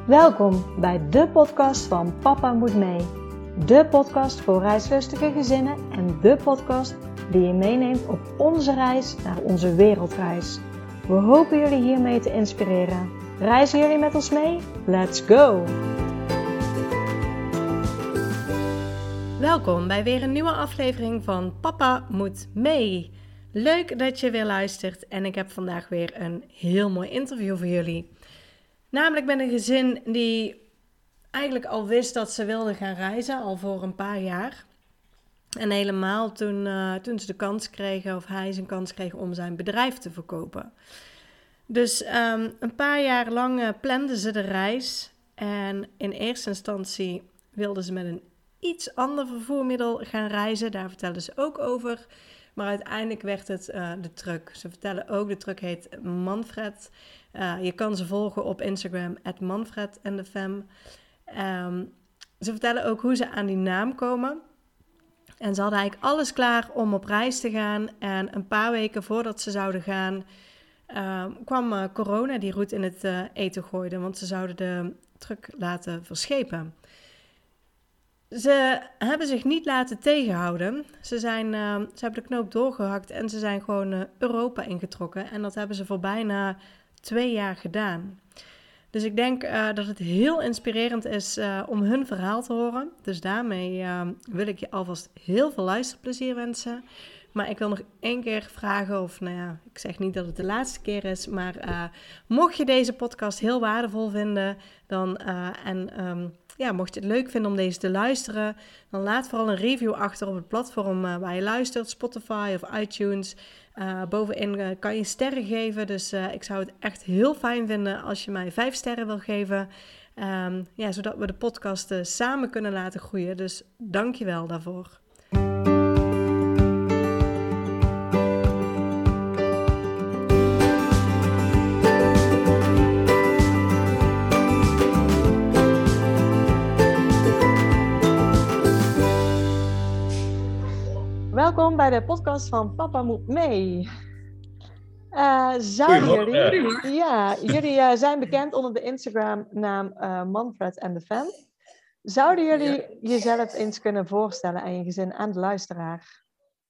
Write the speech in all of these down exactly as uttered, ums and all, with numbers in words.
Welkom bij de podcast van Papa Moet Mee. De podcast voor reislustige gezinnen en de podcast die je meeneemt op onze reis naar onze wereldreis. We hopen jullie hiermee te inspireren. Reizen jullie met ons mee? Let's go! Welkom bij weer een nieuwe aflevering van Papa Moet Mee. Leuk dat je weer luistert en ik heb vandaag weer een heel mooi interview voor jullie. Namelijk met een gezin die eigenlijk al wist dat ze wilden gaan reizen, al voor een paar jaar. En helemaal toen, uh, toen ze de kans kregen, of hij zijn kans kreeg om zijn bedrijf te verkopen. Dus um, een paar jaar lang uh, planden ze de reis. En in eerste instantie wilden ze met een iets ander vervoermiddel gaan reizen. Daar vertellen ze ook over. Maar uiteindelijk werd het uh, de truck. Ze vertellen ook, de truck heet Manfred. Uh, je kan ze volgen op Instagram, at Manfred and the Fam. Um, ze vertellen ook hoe ze aan die naam komen. En ze hadden eigenlijk alles klaar om op reis te gaan. En een paar weken voordat ze zouden gaan, uh, kwam uh, corona die roet in het uh, eten gooide. Want ze zouden de truck laten verschepen. Ze hebben zich niet laten tegenhouden. Ze, zijn, uh, ze hebben de knoop doorgehakt en ze zijn gewoon uh, Europa ingetrokken. En dat hebben ze voor bijna twee jaar gedaan. Dus ik denk uh, dat het heel inspirerend is uh, om hun verhaal te horen. Dus daarmee uh, wil ik je alvast heel veel luisterplezier wensen. Maar ik wil nog één keer vragen, of nou ja, ik zeg niet dat het de laatste keer is. Maar uh, mocht je deze podcast heel waardevol vinden, dan, uh, en um, ja, mocht je het leuk vinden om deze te luisteren, dan laat vooral een review achter op het platform uh, waar je luistert, Spotify of iTunes. Uh, bovenin uh, kan je sterren geven, dus uh, ik zou het echt heel fijn vinden als je mij vijf sterren wil geven. Um, ja, zodat we de podcast uh, samen kunnen laten groeien, dus dank je wel daarvoor. Welkom bij de podcast van Papa Moet Mee. Uh, zouden jullie, ja, jullie uh, zijn bekend onder de Instagram-naam uh, Manfred and the Fam. Zouden jullie ja. jezelf eens kunnen voorstellen aan je gezin, aan de luisteraar?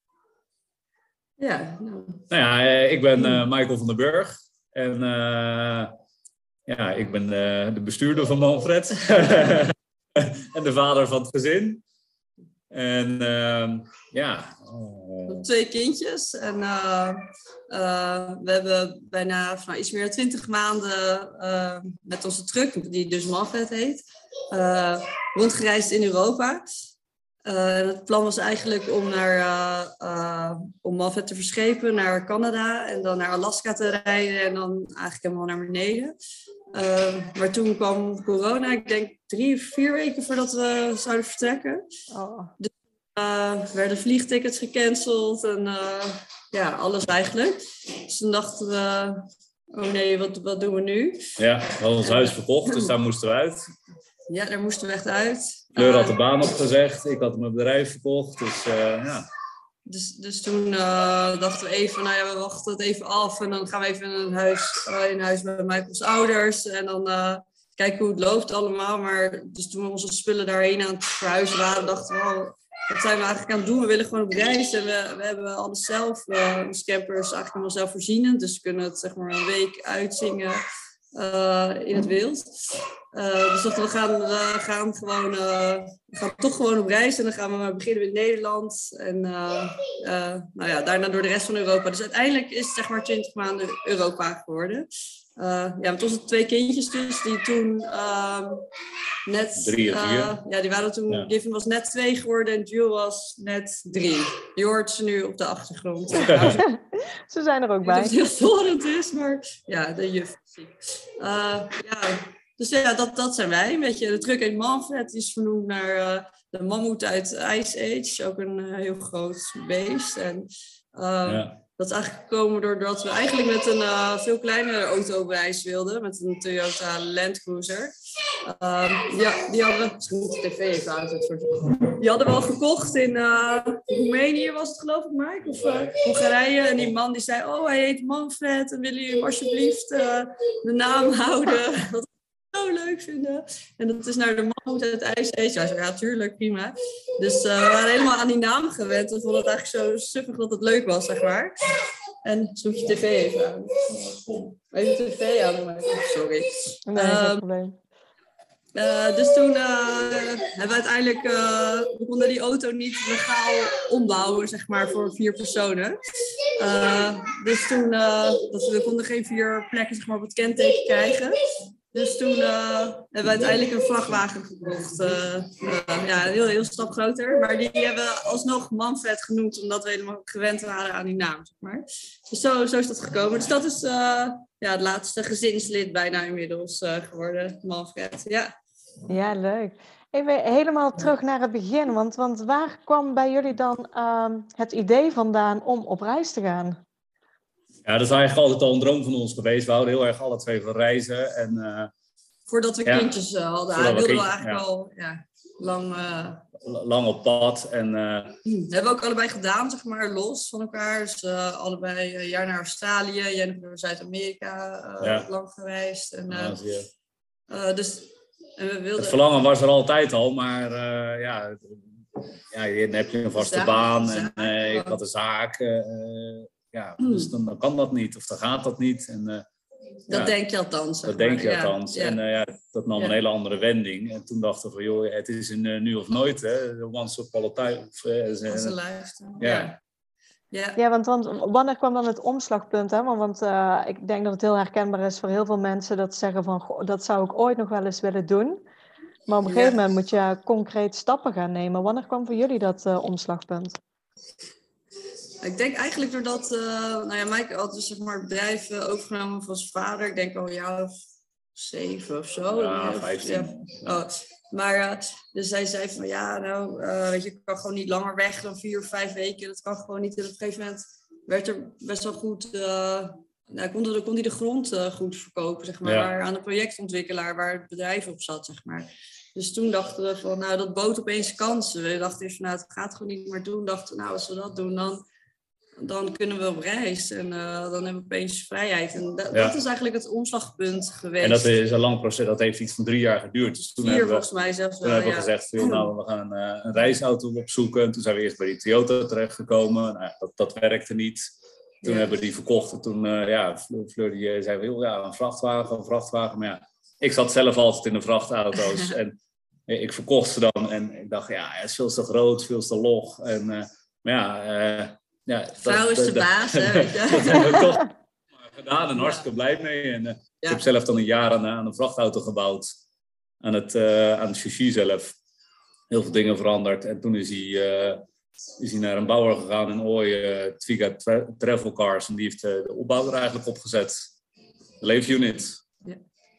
Ja. Nou, nou ja, ik ben uh, Michael van den Burg. En uh, ja, ik ben uh, de bestuurder van Manfred. En de vader van het gezin. En uh, ja... Uh... Twee kindjes. En uh, uh, we hebben bijna nou, iets meer dan twintig maanden uh, met onze truck, die dus Manfred heet, uh, rondgereisd in Europa. Uh, het plan was eigenlijk om, naar, uh, uh, om Manfred te verschepen naar Canada en dan naar Alaska te rijden en dan eigenlijk helemaal naar beneden. Uh, maar toen kwam corona, ik denk drie of vier weken voordat we zouden vertrekken. Oh. Dus uh, werden vliegtickets gecanceld en uh, ja, alles eigenlijk. Dus toen dachten we, oh nee, wat, wat doen we nu? Ja, we hadden ons huis verkocht, dus daar moesten we uit. Ja, daar moesten we echt uit. Fleur had de baan opgezegd, ik had mijn bedrijf verkocht, dus uh, ja. Dus, dus toen uh, dachten we even, nou ja, we wachten het even af en dan gaan we even in een huis, uh, in huis bij Michael's ouders en dan uh, kijken hoe het loopt allemaal. Maar dus toen we onze spullen daarheen aan het verhuizen waren, dachten we, oh, wat zijn we eigenlijk aan het doen? We willen gewoon op reis en we, we hebben alles zelf. Uh, ons camper is eigenlijk helemaal zelfvoorzienend, dus we kunnen het zeg maar een week uitzingen uh, in het wild. Uh, dus dachten we gaan, we gaan gewoon, uh, we gaan toch gewoon op reis en dan gaan we maar beginnen met Nederland en uh, uh, nou ja, daarna door de rest van Europa. Dus uiteindelijk is het zeg maar twintig maanden Europa geworden. Uh, ja, met onze twee kindjes dus, die toen uh, net, drie of vier. Uh, ja, die waren toen, ja. Given was net twee geworden en Jules was net drie. Je hoort ze nu op de achtergrond. Ja. Ze zijn er ook bij. Dat het heel storend is, maar ja, de juf. Uh, ja. Dus ja, dat, dat zijn wij. Een beetje de truck heet Manfred. Die is vernoemd naar uh, de mammoet uit Ice Age. Ook een uh, heel groot beest. En uh, ja. dat is eigenlijk gekomen doordat we eigenlijk met een uh, veel kleinere auto op reis wilden. Met een Toyota Land Cruiser. Uh, ja, die hadden we... Misschien moet de tv even uitzetten. Die hadden we al gekocht in uh, Roemenië, was het geloof ik, Mike? Of uh, Hongarije. En die man die zei, oh, hij heet Manfred. En willen jullie hem alsjeblieft uh, de naam houden? Dat zo leuk vinden. En dat is naar de mammoet uit het ijs eten. Hij zei, ja, tuurlijk, prima. Dus uh, we waren helemaal aan die naam gewend. We vonden het eigenlijk zo suffig dat het leuk was, zeg maar. En zoek je tv even aan. Even tv aan, sorry. Nee, um, geen probleem. Uh, dus toen uh, hebben we uiteindelijk, uh, we konden die auto niet legaal ombouwen, zeg maar, voor vier personen. Uh, dus toen, uh, dat we konden geen vier plekken, zeg maar, op het kenteken krijgen. Dus toen uh, hebben we uiteindelijk een vrachtwagen gekocht. Uh, uh, ja, een heel, heel stap groter. Maar die hebben we alsnog Manfred genoemd, omdat we helemaal gewend waren aan die naam, zeg maar. Dus zo, zo is dat gekomen. Dus dat is uh, ja, het laatste gezinslid bijna inmiddels uh, geworden, Manfred. Ja. Ja, leuk. Even helemaal terug naar het begin. Want, want waar kwam bij jullie dan uh, het idee vandaan om op reis te gaan? Ja, dat is eigenlijk altijd al een droom van ons geweest. We houden heel erg alle twee van reizen. En, uh, Voordat we ja, kindjes uh, hadden, we wilden we kind, eigenlijk ja. al ja, lang... Uh... Lang op pad. En, uh, dat hebben we ook allebei gedaan, zeg maar, los van elkaar. Dus uh, allebei een jaar naar Australië, jij nog naar Zuid-Amerika uh, ja. lang geweest. En, uh, uh, dus, en we wilden... Het verlangen was er altijd al, maar uh, ja, ja, dan heb je een vaste zaak, baan en uh, ik had een zaak. Uh, ja, dus dan, dan kan dat niet of dan gaat dat niet. En, uh, dat ja, denk je althans. Dat denk je althans. Ja, ja. En uh, ja, dat nam ja. een hele andere wending. En toen dachten we van, joh, het is een uh, nu of nooit, hè. Once upon a time. Dat is een lifestyle. Ja. Ja. Ja, ja want, want wanneer kwam dan het omslagpunt? Hè? Want, want uh, ik denk dat het heel herkenbaar is voor heel veel mensen dat ze zeggen van, goh, dat zou ik ooit nog wel eens willen doen. Maar op een gegeven ja. moment moet je concreet stappen gaan nemen. Wanneer kwam voor jullie dat uh, omslagpunt? Ik denk eigenlijk doordat, uh, nou ja, Mike had dus zeg maar het bedrijf uh, overgenomen van zijn vader. Ik denk al een jaar of zeven of zo. Ja, vijftien. Ja. Oh. Maar uh, dus hij zei van ja, nou, uh, weet je, ik kan gewoon niet langer weg dan vier of vijf weken. Dat kan gewoon niet. En op een gegeven moment werd er best wel goed, uh, nou, kon, de, kon hij de grond uh, goed verkopen, zeg maar, ja. waar, aan de projectontwikkelaar waar het bedrijf op zat, zeg maar. Dus toen dachten we van, nou, dat bood opeens kansen. We dachten eerst van, nou, het gaat gewoon niet meer doen. Dachten we, nou, als we dat doen, dan... dan kunnen we op reis en uh, dan hebben we opeens vrijheid. En da- ja. dat is eigenlijk het omslagpunt geweest. En dat is een lang proces, dat heeft iets van drie jaar geduurd. Dus toen Vier hebben we, volgens mij zelfs Toen wel, hebben we ja. gezegd, joh, nou, we gaan een, een reisauto opzoeken. En toen zijn we eerst bij die Toyota terechtgekomen. Nou, dat, dat werkte niet. Toen ja. hebben we die verkocht. En toen, uh, ja, Fleur die zei, joh, ja, een vrachtwagen, een vrachtwagen. Maar ja, ik zat zelf altijd in de vrachtauto's. en ik verkocht ze dan. En ik dacht, ja, het is veel te groot, veel te log. En, uh, maar ja... Uh, Ja, dat, Vrouw is de dat, baas, hè? Dat hebben we toch gedaan en hartstikke blij mee. En, uh, ja. Ik heb zelf dan een jaar aan, aan een vrachtauto gebouwd. Aan het, uh, aan het chassis zelf. Heel veel dingen veranderd. En toen is hij, uh, is hij naar een bouwer gegaan in Ooij, uh, Twiga Tra- Travel Cars. En die heeft uh, de opbouw er eigenlijk opgezet. De leefunit. Ja.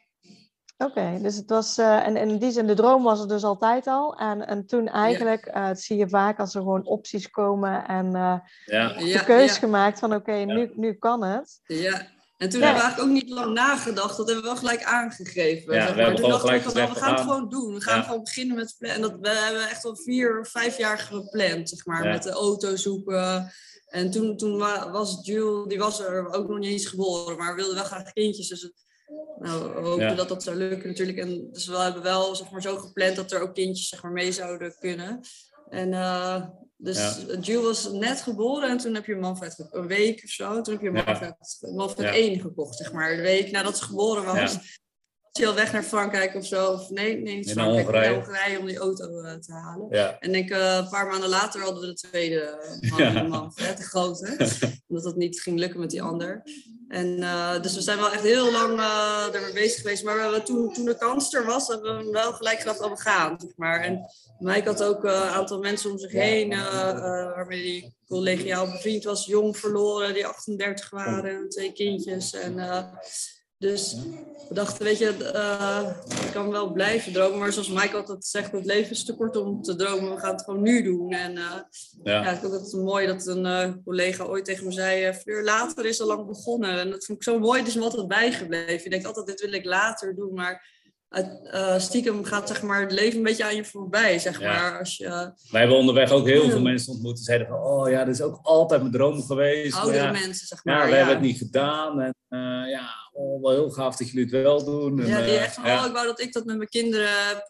Oké, okay, dus het was, uh, en, en in die zin, de droom was er dus altijd al. En, en toen eigenlijk, ja. uh, dat zie je vaak als er gewoon opties komen en uh, ja. de ja, keus ja. gemaakt van oké, okay, ja. nu, nu kan het. Ja, en toen ja. hebben we eigenlijk ook niet lang nagedacht. Dat hebben we wel gelijk aangegeven. Ja, zeg we hebben toen gewoon gelijk we, gezegd, we gaan het gaan. gewoon doen. We gaan ja. gewoon beginnen met plannen. En dat, we hebben echt al vier, vijf jaar gepland, zeg maar. Ja. Met de auto zoeken. En toen, toen was Jules, die was er ook nog niet eens geboren. Maar we wilden wel graag kindjes. Dus het, nou, we hoopten ja. dat dat zou lukken natuurlijk. En dus we hebben wel zeg maar, zo gepland dat er ook kindjes zeg maar, mee zouden kunnen. En uh, dus ja. Jules was net geboren en toen heb je Manfred een week of zo. Toen heb je Manfred, ja. Manfred ja. één gekocht, zeg maar. De week nadat ze geboren was. Ja. Was hij al weg naar Frankrijk of zo. Of nee, nee, niet Frankrijk. Naar Hongarije om die auto uh, te halen. Ja. En denk uh, een paar maanden later hadden we de tweede man, ja. Manfred, de grote. Omdat dat niet ging lukken met die ander. En uh, dus we zijn wel echt heel lang uh, ermee bezig geweest. Maar we hebben, toen, toen de kans er was, hebben we wel gelijk gedacht, oh, we gaan. Zeg maar. En Mike had ook uh, een aantal mensen om zich heen, uh, uh, waarmee hij collegiaal bevriend was, jong verloren, die achtendertig waren, en twee kindjes. En, uh, dus we dachten, weet je, uh, ik kan wel blijven dromen. Maar zoals Mike altijd zegt, het leven is te kort om te dromen. We gaan het gewoon nu doen. En uh, ja. ja, ik vond het mooi dat een uh, collega ooit tegen me zei, uh, Fleur, later is al lang begonnen. En dat vond ik zo mooi, dus me altijd bijgebleven. Je denkt altijd, dit wil ik later doen. Maar uit, uh, stiekem gaat zeg maar, het leven een beetje aan je voorbij. Zeg Ja. maar, als je, uh, Wij hebben onderweg ook heel veel mensen ontmoet die zeiden van, oh ja, dit is ook altijd mijn droom geweest. Oudere ja, mensen, zeg maar. Ja, we ja. hebben het niet gedaan. En uh, ja, oh, wel heel gaaf dat jullie het wel doen. En, ja, die echt van, uh, oh, ik wou dat ik dat met mijn kinderen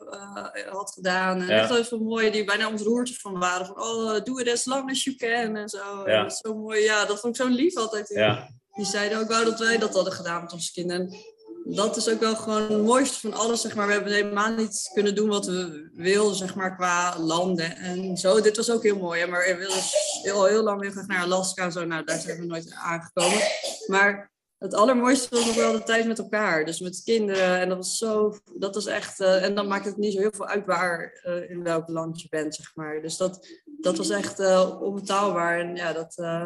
uh, had gedaan. En ja. echt heel veel mooie die bijna ontroerd van waren. Van, oh, doe it as long as you can. En zo. Ja. En dat is zo mooi. Ja, dat vond ik zo lief altijd. Ja. Die zeiden ook, wou dat wij dat hadden gedaan met onze kinderen. Dat is ook wel gewoon het mooiste van alles, zeg maar. We hebben helemaal niet kunnen doen wat we wilden, zeg maar, qua landen en zo. Dit was ook heel mooi, hè? Maar we wilden heel, heel lang weer graag naar Alaska en zo. Nou, daar zijn we nooit aangekomen. Maar het allermooiste was nog wel de tijd met elkaar. Dus met kinderen. En dat was zo, dat was echt... Uh, en dan maakt het niet zo heel veel uit waar, uh, in welk land je bent, zeg maar. Dus dat, dat was echt uh, onbetaalbaar. En ja, dat... Uh,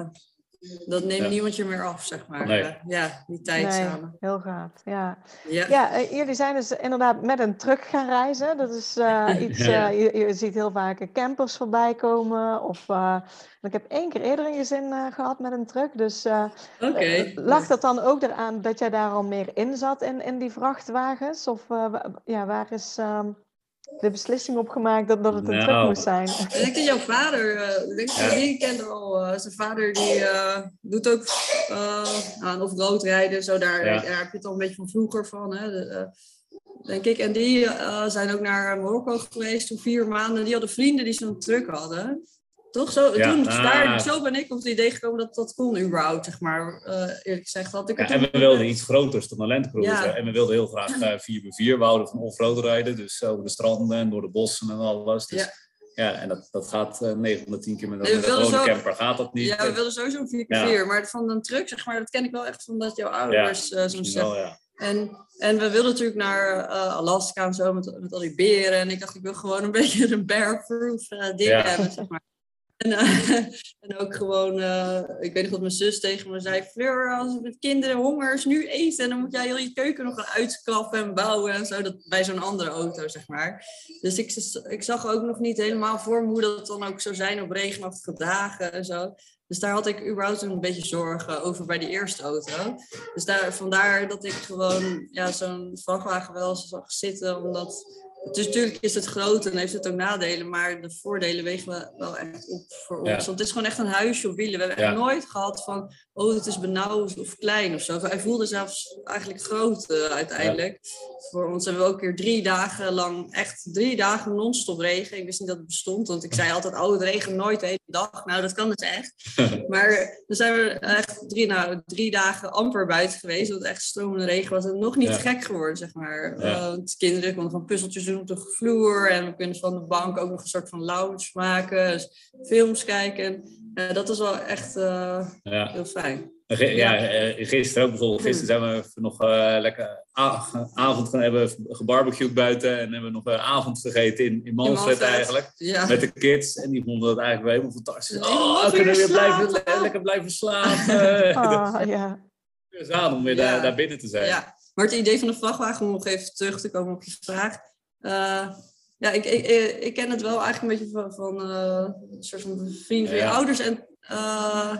Dat neemt ja. niemand je meer af, zeg maar. Nee. Uh, ja, die tijd nee, samen. Heel gaaf, ja. Ja, ja uh, jullie zijn dus inderdaad met een truck gaan reizen. Dat is uh, iets, uh, je, je ziet heel vaak campers voorbij komen. Of, uh, ik heb één keer eerder een gezin uh, gehad met een truck. Dus uh, okay. uh, lag dat dan ook eraan dat jij daar al meer in zat in, in die vrachtwagens? Of uh, ja, waar is... Um, de beslissing opgemaakt dat, dat het een nou, truck moest zijn. Ik denk dat jouw vader, uh, ik denk dat ja. die kent al, uh, zijn vader die uh, doet ook uh, aan off-road rijden, zo daar, ja. daar heb je het al een beetje van vroeger van, hè, de, uh, denk ik. En die uh, zijn ook naar Marokko geweest voor vier maanden, die hadden vrienden die zo'n truck hadden. Toch? Zo, ja, toen, ah. daar, zo ben ik op het idee gekomen dat dat kon überhaupt, zeg maar. Uh, eerlijk gezegd had ik ja, het En we wilden iets groters dan een Land Cruiser. Ja. En we wilden heel graag uh, vier bij vier. We houden van off-road rijden. Dus over de stranden en door de bossen en alles. Dus, ja. ja, en dat, dat gaat uh, negen van de tien keer met, nee, met een gewone zo, camper. Gaat dat niet? Ja, we wilden sowieso een vier bij vier. Ja. Maar van een truck, zeg maar, dat ken ik wel echt van dat jouw ouders ja, uh, zo'n zeggen. Ja. En, en we wilden natuurlijk naar uh, Alaska en zo met, met al die beren. En ik dacht, ik wil gewoon een beetje een bear-proof uh, ding ja. hebben, zeg maar. En, uh, en ook gewoon, uh, ik weet nog dat mijn zus tegen me zei, Fleur, als we met kinderen hongers nu eten, dan moet jij heel je keuken nog gaan uitklappen en bouwen en zo, dat, bij zo'n andere auto, zeg maar. Dus ik, ik zag ook nog niet helemaal voor me hoe dat dan ook zou zijn op regenachtige dagen en zo. Dus daar had ik überhaupt een beetje zorgen over bij die eerste auto. Dus daar, vandaar dat ik gewoon ja, zo'n vrachtwagen wel zag zitten, omdat... Dus natuurlijk is het groot en heeft het ook nadelen, maar de voordelen wegen we wel echt op voor ons. Ja. Want het is gewoon echt een huisje op wielen. We hebben ja. echt nooit gehad van, oh, het is benauwd of klein of zo. Hij voelde zelfs eigenlijk groot uh, uiteindelijk. Ja. Voor ons hebben we ook weer drie dagen lang, echt drie dagen non-stop regen. Ik wist niet dat het bestond, want ik zei altijd, oh, het regent nooit de hele dag. Nou, dat kan dus echt. Maar dan zijn we echt drie, nou, drie dagen amper buiten geweest, want het echt stromende regen was. Het nog niet ja. gek geworden, zeg maar. Ja. Uh, de kinderen konden van puzzeltjes doen op de vloer en we kunnen van de bank ook nog een soort van lounge maken, dus films kijken. Uh, dat is wel echt uh, ja. heel fijn. Ja, ja, gisteren ook bijvoorbeeld. Gisteren zijn we nog uh, lekker a- avond gaan hebben gebarbecued buiten en hebben we nog een avond gegeten in, in Manfred eigenlijk. Ja. Met de kids en die vonden dat eigenlijk wel helemaal fantastisch. Oh, we kunnen weer blijven, le- lekker blijven slapen. Oh, ja. Dus aan om weer ja. daar, daar binnen te zijn. Ja. Maar het idee van de vrachtwagen, om nog even terug te komen op je vraag. Uh, ja, ik, ik, ik ken het wel eigenlijk een beetje van, van uh, een soort van vriend van je ja. ouders. En, uh,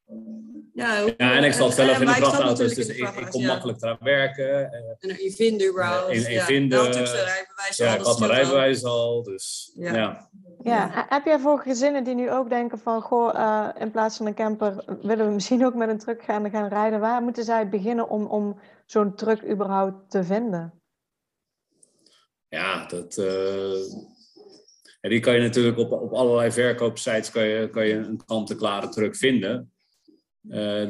ja, hoe, ja, en ik zat zelf en, in de vrachtauto's, dus ik, ik kon ja. makkelijk eraan werken. Uh, en er, je vindt überhaupt. In, in ja, vinden, rijbewijs ja, al, ik had mijn rijbewijs al, dus ja. ja. Ja, heb jij voor gezinnen die nu ook denken van, goh, uh, in plaats van een camper willen we misschien ook met een truck gaan, gaan rijden. Waar moeten zij beginnen om, om zo'n truck überhaupt te vinden? Ja, dat, uh, ja, die kan je natuurlijk op, op allerlei verkoopsites kan je, kan je een kant-en-klare truck vinden. Uh,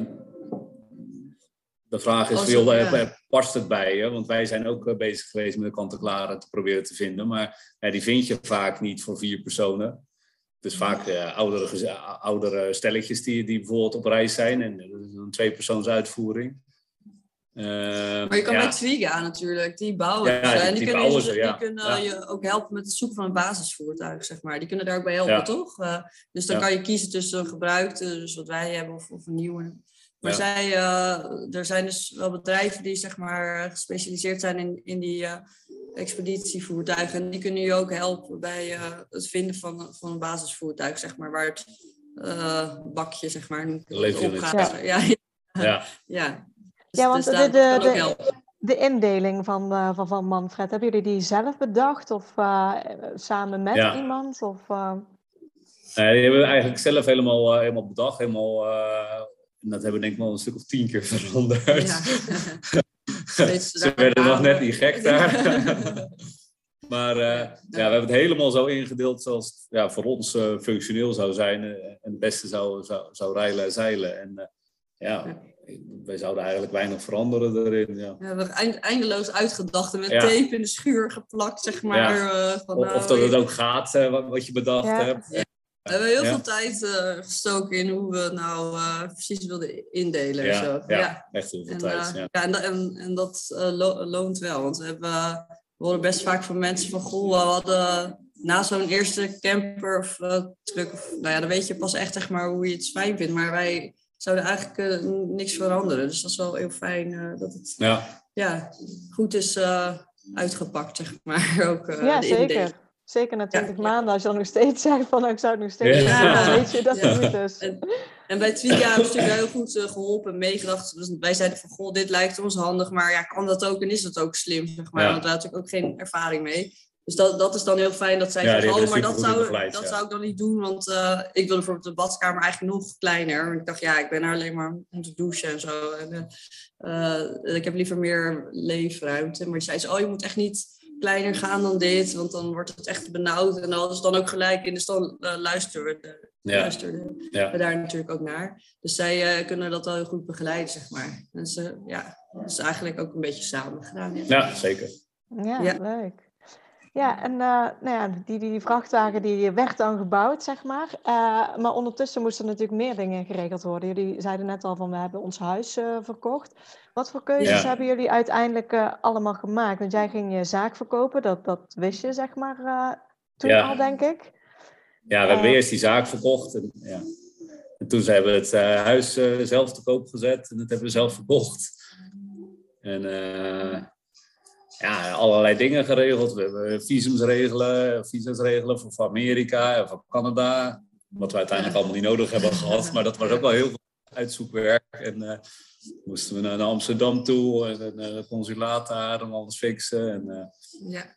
de vraag is, veel, ja. past het bij je? Want wij zijn ook bezig geweest met een kant-en-klare te proberen te vinden. Maar ja, die vind je vaak niet voor vier personen. Het is vaak uh, oudere, oudere stelletjes die, die bijvoorbeeld op reis zijn. En dat is een tweepersoons uitvoering. Uh, maar je kan ja. met Twiga natuurlijk, die bouwen ja, ze. Die, en die, die kunnen, ze, die ja. kunnen ja. je ook helpen met het zoeken van een basisvoertuig, zeg maar. Die kunnen daar ook bij helpen, ja. toch? Uh, dus dan ja. kan je kiezen tussen een gebruikte, dus wat wij hebben, of, of een nieuwe. Maar ja. zij, uh, er zijn dus wel bedrijven die zeg maar gespecialiseerd zijn in, in die uh, expeditievoertuigen. En die kunnen je ook helpen bij uh, het vinden van, van een basisvoertuig, zeg maar, waar het uh, bakje, zeg maar, op gaat. Ja. Ja. Ja. Ja. ja. Ja, want dus de, de, de, de indeling van, uh, van, van Manfred, hebben jullie die zelf bedacht of uh, samen met ja. iemand? Of, uh... Nee, die hebben we eigenlijk zelf helemaal, uh, helemaal bedacht. Helemaal, uh, en dat hebben we denk ik wel een stuk of tien keer veranderd. Ja. Ze werden nog net niet gek daar. Maar uh, ja, we hebben het helemaal zo ingedeeld zoals het ja, voor ons uh, functioneel zou zijn. Uh, en het beste zou, zou, zou rijlen en zeilen. En uh, ja, wij zouden eigenlijk weinig veranderen erin. Ja. Ja, we hebben eindeloos uitgedacht en met ja. tape in de schuur geplakt, zeg maar. Ja. Uh, van, of, of dat het ook gaat, uh, wat, wat je bedacht ja. hebt. Ja. We hebben heel ja. veel tijd uh, gestoken in hoe we het nou uh, precies wilden indelen. Ja, zo. Ja, ja, echt heel veel en, tijd. Uh, ja. Ja, en, en, en dat uh, lo- loont wel, want we, hebben, uh, we horen best vaak van mensen van... Goh, we hadden na zo'n eerste camper of uh, truck... Of, nou ja, dan weet je pas echt zeg maar, hoe je het fijn vindt. Maar wij zouden eigenlijk uh, niks veranderen. Dus dat is wel heel fijn uh, dat het ja. Ja, goed is uh, uitgepakt, zeg maar. Ook, uh, ja, de zeker. indeling. Zeker na twintig ja. maanden, als je dan nog steeds zegt van ik zou het nog steeds doen, ja. dan weet je dat het goed is. En, en bij Twiga hebben we natuurlijk heel goed uh, geholpen en meegedacht. Dus wij zeiden van, goh, dit lijkt ons handig, maar ja, kan dat ook en is dat ook slim, zeg maar. Ja. Want we hadden natuurlijk ook geen ervaring mee. Dus dat, dat is dan heel fijn dat zij ja, zeggen, oh, maar dat, zou, begeleid, dat ja. zou ik dan niet doen, want uh, ik wilde bijvoorbeeld de badkamer eigenlijk nog kleiner. Want ik dacht, ja, ik ben er alleen maar om te douchen en zo. En, uh, ik heb liever meer leefruimte. Maar die zei ze, oh, je moet echt niet kleiner gaan dan dit, want dan wordt het echt benauwd. En dat is dan ook gelijk in, dus dan uh, luisteren we, ja. luisteren ja. we daar natuurlijk ook naar. Dus zij uh, kunnen dat wel heel goed begeleiden, zeg maar. Dus uh, ja, dat is eigenlijk ook een beetje samen gedaan. Ja, ja zeker. Ja, ja, leuk. Ja, en uh, nou ja, die, die vrachtwagen die werd dan gebouwd, zeg maar. Uh, maar ondertussen moesten er natuurlijk meer dingen geregeld worden. Jullie zeiden net al van, we hebben ons huis uh, verkocht. Wat voor keuzes ja. hebben jullie uiteindelijk uh, allemaal gemaakt? Want jij ging je zaak verkopen, dat, dat wist je, zeg maar, uh, toen ja. al, denk ik. Ja, we hebben uh, eerst die zaak verkocht. En, ja. en toen hebben we het uh, huis uh, zelf te koop gezet en dat hebben we zelf verkocht. En... Uh, Ja, allerlei dingen geregeld. We hebben visums regelen, visums regelen voor Amerika en voor Canada. Wat we uiteindelijk allemaal niet nodig hebben gehad. Maar dat was ook wel heel veel uitzoekwerk. En uh, moesten we naar Amsterdam toe en uh, het consulaat daar en alles fixen. En, uh, ja.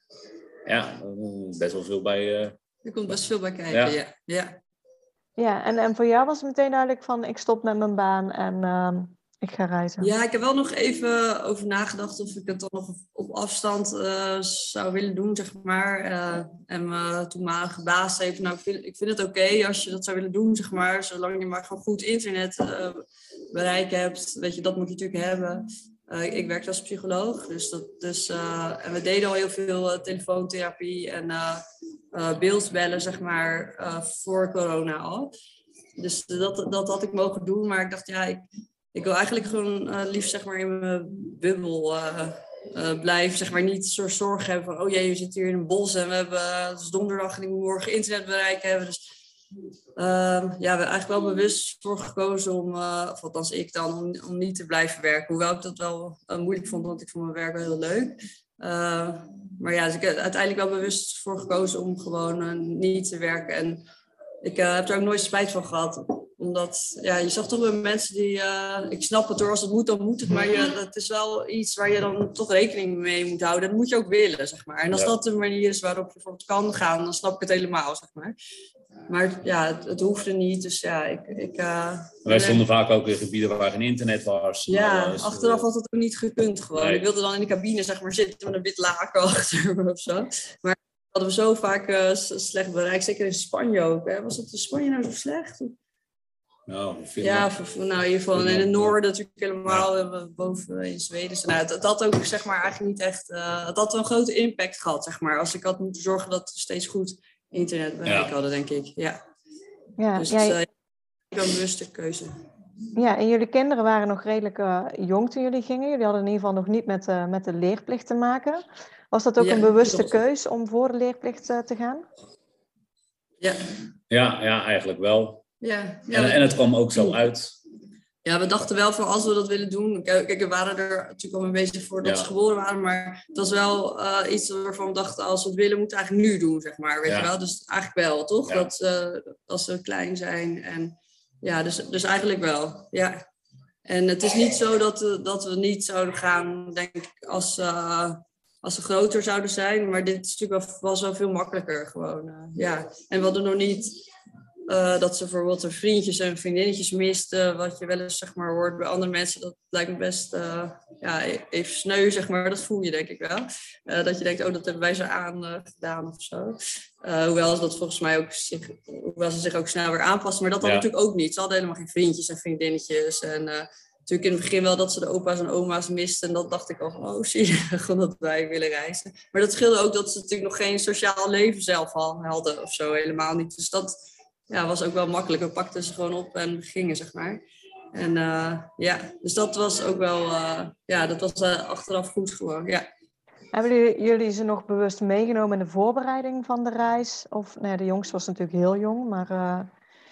Ja, best wel veel bij... Uh, er komt best veel bij kijken, ja. ja. ja. Ja, en, en voor jou was het meteen duidelijk van ik stop met mijn baan en... Uh... Ik ga reizen. Ja, ik heb wel nog even over nagedacht of ik het dan nog op afstand uh, zou willen doen, zeg maar. Uh, en mijn toenmalige baas zei van, nou, ik vind, ik vind het oké okay als je dat zou willen doen, zeg maar. Zolang je maar gewoon goed internet uh, bereik hebt. Weet je, dat moet je natuurlijk hebben. Uh, ik werkte als psycholoog, dus dat, dus, uh, en we deden al heel veel uh, telefoontherapie en uh, uh, beeldbellen, zeg maar, uh, voor corona al. Dus dat, dat had ik mogen doen, maar ik dacht, ja, ik... Ik wil eigenlijk gewoon uh, liefst zeg maar, in mijn bubbel uh, uh, blijven. Zeg maar, niet zo zorgen hebben van... oh jee, we zitten hier in een bos en we hebben uh, het is donderdag en ik moet morgen internetbereik hebben. Dus uh, ja, we hebben eigenlijk wel bewust voor gekozen om... Uh, of althans ik dan, om, om niet te blijven werken. Hoewel ik dat wel uh, moeilijk vond, want ik vond mijn werk wel heel leuk. Uh, maar ja, dus ik heb uiteindelijk wel bewust voor gekozen om gewoon uh, niet te werken. En ik uh, heb er ook nooit spijt van gehad... Omdat, ja, je zag toch wel mensen die... Uh, ik snap het hoor, als het moet, dan moet het. Maar je, het is wel iets waar je dan toch rekening mee moet houden. Dat moet je ook willen, zeg maar. En als ja. dat de manier is waarop je bijvoorbeeld kan gaan... dan snap ik het helemaal, zeg maar. Maar ja, het, het hoefde niet. Dus ja, ik... ik uh, Wij stonden uh, vaak ook in gebieden waar geen internet was. Ja, alles. Achteraf had het ook niet gekund gewoon. Nee. Ik wilde dan in de cabine, zeg maar, zitten met een wit laken achter me of zo. Maar hadden we zo vaak uh, slecht bereikt. Zeker in Spanje ook. Hè. Was het in Spanje nou zo slecht? Nou, ja, voor, nou, in ieder geval in het noorden natuurlijk helemaal, ja. boven in Zweden. Dus, nou, dat had ook zeg maar eigenlijk niet echt, uh, het had wel een grote impact gehad, zeg maar. Als ik had moeten zorgen dat we steeds goed internetbereik ja. hadden, denk ik. Ja, ja dus jij... het is uh, een bewuste keuze. Ja, en jullie kinderen waren nog redelijk uh, jong toen jullie gingen. Jullie hadden in ieder geval nog niet met, uh, met de leerplicht te maken. Was dat ook ja, een bewuste keus om voor de leerplicht uh, te gaan? Ja. Ja, ja, eigenlijk wel. Ja, ja, en, en het kwam ook zo uit. Ja, we dachten wel van als we dat willen doen... Kijk, we waren er natuurlijk al mee bezig voordat ja. ze geboren waren... maar het was wel uh, iets waarvan we dachten... als we het willen, moeten we eigenlijk nu doen, zeg maar. Weet ja. je wel? Dus eigenlijk wel, toch? Ja. Dat uh, als ze klein zijn. En, ja, dus, dus eigenlijk wel, ja. en het is niet zo dat, uh, dat we niet zouden gaan, denk ik, als, uh, als ze groter zouden zijn. Maar dit is natuurlijk wel, was wel veel makkelijker gewoon. Uh, ja. En we hadden nog niet uh, dat ze bijvoorbeeld hun vriendjes en vriendinnetjes misten. Wat je wel eens zeg maar, hoort bij andere mensen. Dat lijkt me best uh, ja, even sneu, zeg maar. Dat voel je denk ik wel. Uh, dat je denkt, oh, dat hebben wij zo aan uh, gedaan of zo. Uh, hoewel ze dat volgens mij ook zich, hoewel ze zich ook snel weer aanpassen. Maar dat dan ja. natuurlijk ook niet. Ze hadden helemaal geen vriendjes en vriendinnetjes. En uh, natuurlijk in het begin wel dat ze de opa's en oma's misten. En dat dacht ik al van, oh, zie je, gewoon dat wij willen reizen. Maar dat scheelde ook dat ze natuurlijk nog geen sociaal leven zelf hadden of zo. Helemaal niet. Dus dat ja, was ook wel makkelijk. We pakten ze gewoon op en we gingen, zeg maar. En uh, ja, dus dat was ook wel, uh, ja, dat was uh, achteraf goed gewoon, ja. Hebben jullie, jullie ze nog bewust meegenomen in de voorbereiding van de reis? Of, nou ja, de jongste was natuurlijk heel jong, maar... Uh...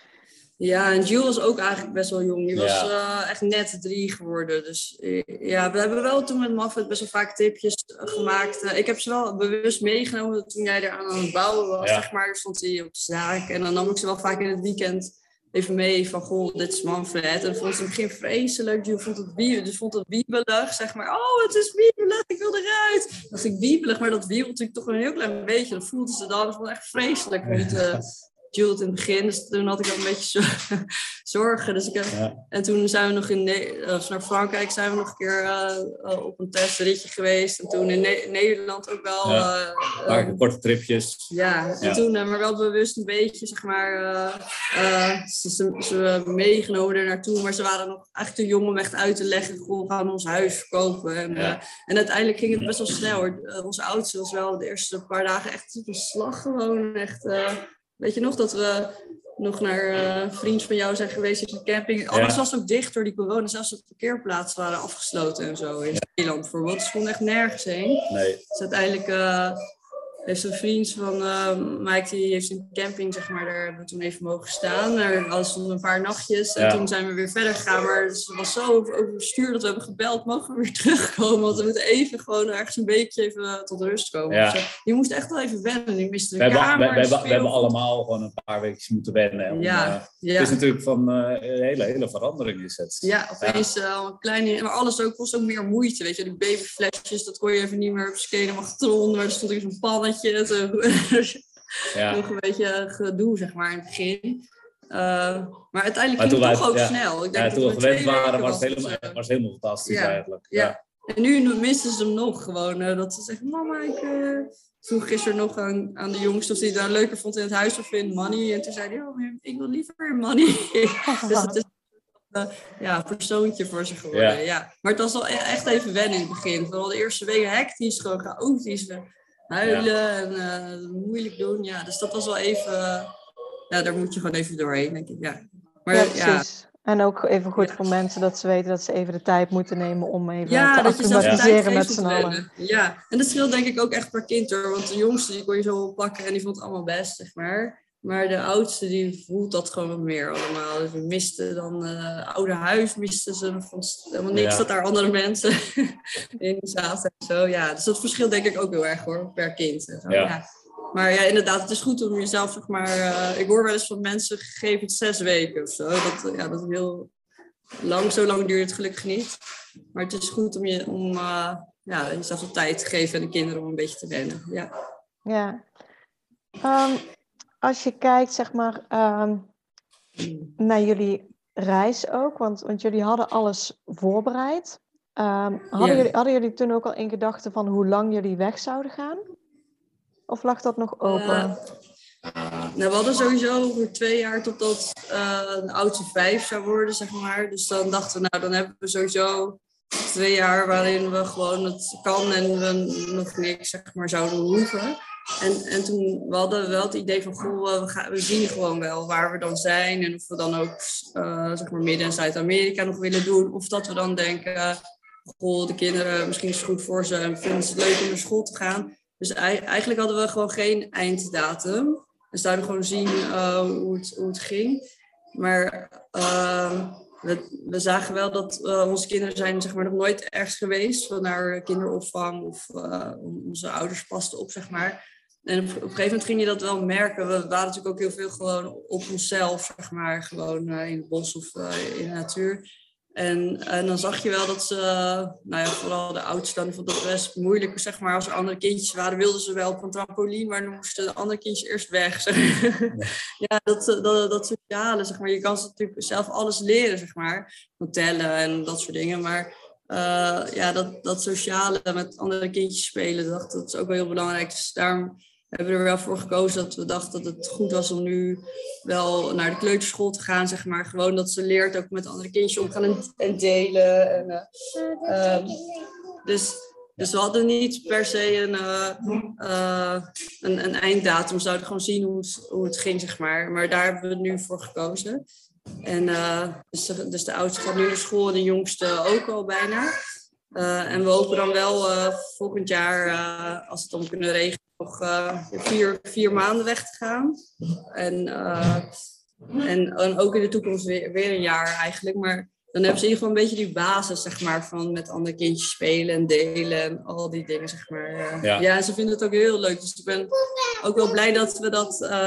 Ja, en Jules was ook eigenlijk best wel jong. Die was ja. uh, echt net drie geworden. Dus uh, ja, we hebben wel toen met Mafred best wel vaak tipjes gemaakt. Uh, ik heb ze wel bewust meegenomen toen jij er aan het bouwen was, ja. zeg maar. Stond hij op de zaak. En dan nam ik ze wel vaak in het weekend even mee van, goh, dit is Manfred. En vond ze in het begin vreselijk. Jules vond het, wie, dus vond het wiebelig, zeg maar. Oh, het is wiebelig, ik wil eruit. Dan dacht ik wiebelig, maar dat wiebelt natuurlijk toch een heel klein beetje. Dat voelde ze dan, dat vond echt vreselijk. Niet, uh, Jules in het begin, dus toen had ik ook een beetje zorgen. Dus ik heb, ja. En toen zijn we nog in ne- uh, naar Frankrijk zijn we nog een keer uh, uh, op een testritje geweest. En toen in ne- Nederland ook wel. Ja. Uh, uh, korte tripjes. Ja, en ja. toen uh, maar wel bewust een beetje, zeg maar, uh, uh, ze, ze, ze meegenomen er naartoe. Maar ze waren nog eigenlijk te jong om echt uit te leggen, gewoon we gaan ons huis verkopen. En, ja. uh, en uiteindelijk ging het best wel snel. Uh, onze oudste was wel de eerste paar dagen echt op een slag gewoon, echt... Uh, Weet je nog dat we nog naar uh, een vriend van jou zijn geweest in de camping. Alles ja. was ook dicht door die corona. Zelfs de parkeerplaatsen waren afgesloten en zo. In ja. Nederland bijvoorbeeld. Dus we konden echt nergens heen. Nee. Dus uiteindelijk uh, heeft een vriend van uh, Mike, die heeft een camping, zeg maar, daar hebben we toen even mogen staan. Daar was een paar nachtjes. En ja. toen zijn we weer verder gegaan. Maar het was zo overstuur dat we hebben gebeld. Mogen we weer terugkomen? Want we moeten even gewoon ergens een beetje even tot rust komen. Ja. Dus, je moest echt wel even wennen. Je miste de we kamer. Hebben, we, we, we hebben allemaal gewoon een paar weken moeten wennen. Om, ja. Uh, ja. Het is natuurlijk van uh, een hele, hele verandering is het. Ja, opeens ja. Uh, een kleine... Maar alles ook, kost ook meer moeite. Weet je, die babyflesjes, dat kon je even niet meer op skate magnetron. Maar er stond ook zo'n pannetje. Ja. Nog een beetje gedoe, zeg maar, in het begin. Uh, maar uiteindelijk maar ging het toch ook ja, snel. Ik denk ja, dat toen we gewend waren, was het helemaal, was helemaal fantastisch ja, eigenlijk. Ja. Ja. En nu misten ze hem nog gewoon. Uh, dat ze zeggen, mama, ik uh, vroeg gisteren nog aan, aan de jongens of hij het daar leuker vond in het huis of in Money. En toen zei hij, oh, ik wil liever Money. Dus het is uh, ja, een persoontje voor ze geworden. Ja. Ja. Maar het was wel echt even wennen in het begin. Vooral de eerste weken hectisch, gewoon chaotisch. Huilen ja. en uh, moeilijk doen. Ja, dus dat was wel even... Uh, ja, daar moet je gewoon even doorheen, denk ik. Ja, maar, ja precies. Ja. En ook even goed ja. voor mensen dat ze weten dat ze even de tijd moeten nemen om even ja, te acclimatiseren ja. met z'n allen. Ja, en dat scheelt denk ik ook echt per kind hoor. Want de jongste die kon je zo pakken en die vond het allemaal best, zeg maar. Maar de oudste die voelt dat gewoon wat meer allemaal. Dus we misten dan uh, oude huis, misten ze. Vond helemaal niks ja. dat daar andere mensen in zaten en zo. Ja, dus dat verschilt denk ik ook heel erg hoor, per kind. En zo. Ja. Ja. Maar ja, inderdaad, het is goed om jezelf, zeg maar... Uh, ik hoor wel eens van mensen, gegeven het zes weken of zo. Dat, ja, dat is heel lang, zo lang duurt het gelukkig niet. Maar het is goed om, je, om uh, ja, jezelf de tijd te geven en de kinderen om een beetje te wennen. Ja. Ja. Um, als je kijkt, zeg maar, um, naar jullie reis ook, want, want jullie hadden alles voorbereid. Um, hadden, ja. jullie, hadden jullie toen ook al in gedachten van hoe lang jullie weg zouden gaan? Of lag dat nog open? Uh, nou, we hadden sowieso voor twee jaar totdat uh, de oudste vijf zou worden, zeg maar. Dus dan dachten we, nou, dan hebben we sowieso twee jaar waarin we gewoon het kan en we nog niks, zeg maar, zouden hoeven. En, en toen we hadden we wel het idee van, goh, we, gaan, we zien gewoon wel waar we dan zijn. En of we dan ook, uh, zeg maar, Midden- en Zuid-Amerika nog willen doen. Of dat we dan denken, uh, goh, de kinderen, misschien is het goed voor ze en vinden ze het leuk om naar school te gaan. Dus eigenlijk hadden we gewoon geen einddatum. We zouden gewoon zien uh, hoe, het, hoe het ging. Maar uh, we, we zagen wel dat uh, onze kinderen zijn, zeg maar, nog nooit ergens geweest. Naar kinderopvang of uh, onze ouders pasten op, zeg maar. En op, op een gegeven moment ging je dat wel merken. We waren natuurlijk ook heel veel gewoon op onszelf, zeg maar. Gewoon uh, in het bos of uh, in de natuur. En, en dan zag je wel dat ze, nou ja, vooral de oudste, die vond dat best moeilijk, zeg maar. Als er andere kindjes waren, wilden ze wel op een trampoline, maar dan moesten de andere kindjes eerst weg, zeg maar. Ja, dat, dat, dat sociale, zeg maar. Je kan ze natuurlijk zelf alles leren, zeg maar. Van tellen en dat soort dingen, maar uh, ja, dat, dat sociale met andere kindjes spelen, dat, dat is ook wel heel belangrijk. Dus daarom hebben we er wel voor gekozen dat we dachten dat het goed was om nu wel naar de kleuterschool te gaan, zeg maar. Gewoon dat ze leert ook met andere kindjes omgaan en, en delen. En, uh, um, dus, dus we hadden niet per se een, uh, uh, een, een einddatum. We zouden gewoon zien hoe het, hoe het ging, zeg maar. Maar daar hebben we nu voor gekozen. En uh, dus, de, dus de oudste gaat nu naar school en de jongste ook al bijna. Uh, en we hopen dan wel uh, volgend jaar, uh, als we het dan kunnen regelen, nog uh, vier, vier maanden weg te gaan. En, uh, en, en ook in de toekomst weer, weer een jaar eigenlijk. Maar dan hebben ze in ieder geval een beetje die basis, zeg maar, van met andere kindjes spelen en delen en al die dingen, zeg maar. Uh, ja. ja, ze vinden het ook heel leuk. Dus ik ben ook wel blij dat we dat... Uh,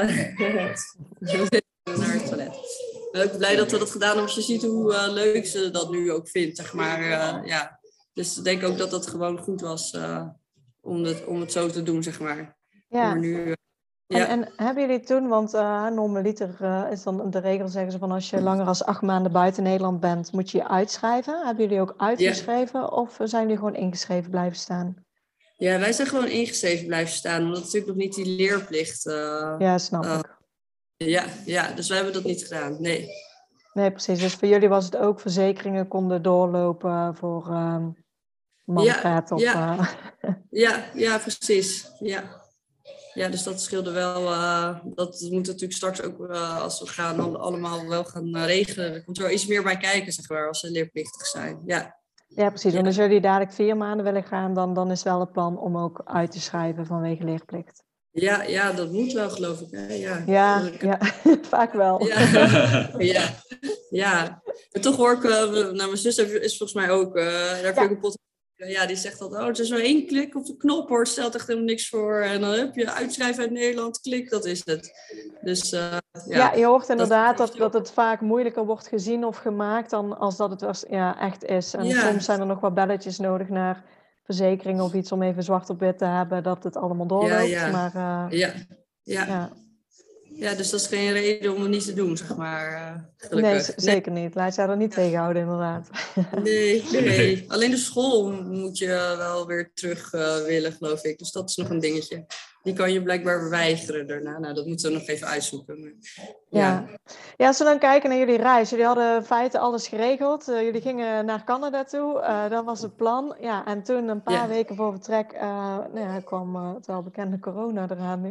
naar het toilet. Ik ben ook blij dat we dat gedaan hebben, als je ziet hoe uh, leuk ze dat nu ook vindt, zeg maar. Uh, ja. Dus ik denk ook dat dat gewoon goed was uh, om, het, om het zo te doen, zeg maar. Ja. Nu, uh, ja. En, en hebben jullie toen, want uh, normaliter uh, is dan de regel, zeggen ze van als je langer dan acht maanden buiten Nederland bent, moet je je uitschrijven. Hebben jullie ook uitgeschreven ja. of zijn jullie gewoon ingeschreven blijven staan? Ja, wij zijn gewoon ingeschreven blijven staan, omdat natuurlijk nog niet die leerplicht... Uh, ja, snap uh, ik. Ja, ja, dus wij hebben dat niet gedaan, nee. Nee, precies. Dus voor jullie was het ook verzekeringen konden doorlopen voor uh, Manfred? Ja, of, ja. Uh... ja, ja, precies. Ja. Ja, dus dat scheelde wel. Uh, dat moet natuurlijk straks ook, uh, als we gaan allemaal wel gaan uh, regelen. Er komt er wel iets meer bij kijken, zeg maar, als ze leerplichtig zijn. Ja, ja precies. Ja. Want als jullie dadelijk vier maanden willen gaan, dan, dan is wel het plan om ook uit te schrijven vanwege leerplicht. Ja, ja, dat moet wel, geloof ik. Hè? Ja, ja, ja. Vaak wel. Ja, ja. ja. En toch hoor ik, uh, nou, mijn zus is volgens mij ook, uh, daar heb je ja. ook een podcast. Ja, die zegt altijd, oh, het is zo één klik op de knop hoor, het stelt echt helemaal niks voor. En dan heb je uitschrijven uit Nederland, klik, dat is het. Dus, uh, ja, ja, je hoort inderdaad dat, dat, dat het vaak moeilijker wordt gezien of gemaakt dan als dat het was, ja, echt is. En ja. soms zijn er nog wat belletjes nodig naar verzekeringen of iets om even zwart op wit te hebben dat het allemaal doorloopt. Ja, ja. Maar, uh, ja. Ja. ja. Ja, dus dat is geen reden om het niet te doen, zeg maar. Uh, nee, z- zeker niet. Laat je er niet ja. tegenhouden, inderdaad. Nee, nee. Alleen de school moet je wel weer terug uh, willen, geloof ik. Dus dat is nog een dingetje. Die kan je blijkbaar weigeren daarna. Nou, dat moeten we nog even uitzoeken. Maar, ja. Ja. ja, als we dan kijken naar jullie reis. Jullie hadden in feite alles geregeld. Uh, jullie gingen naar Canada toe. Uh, dat was het plan. Ja, en toen een paar ja. weken voor vertrek uh, nou ja, kwam uh, het wel bekende corona eraan nu.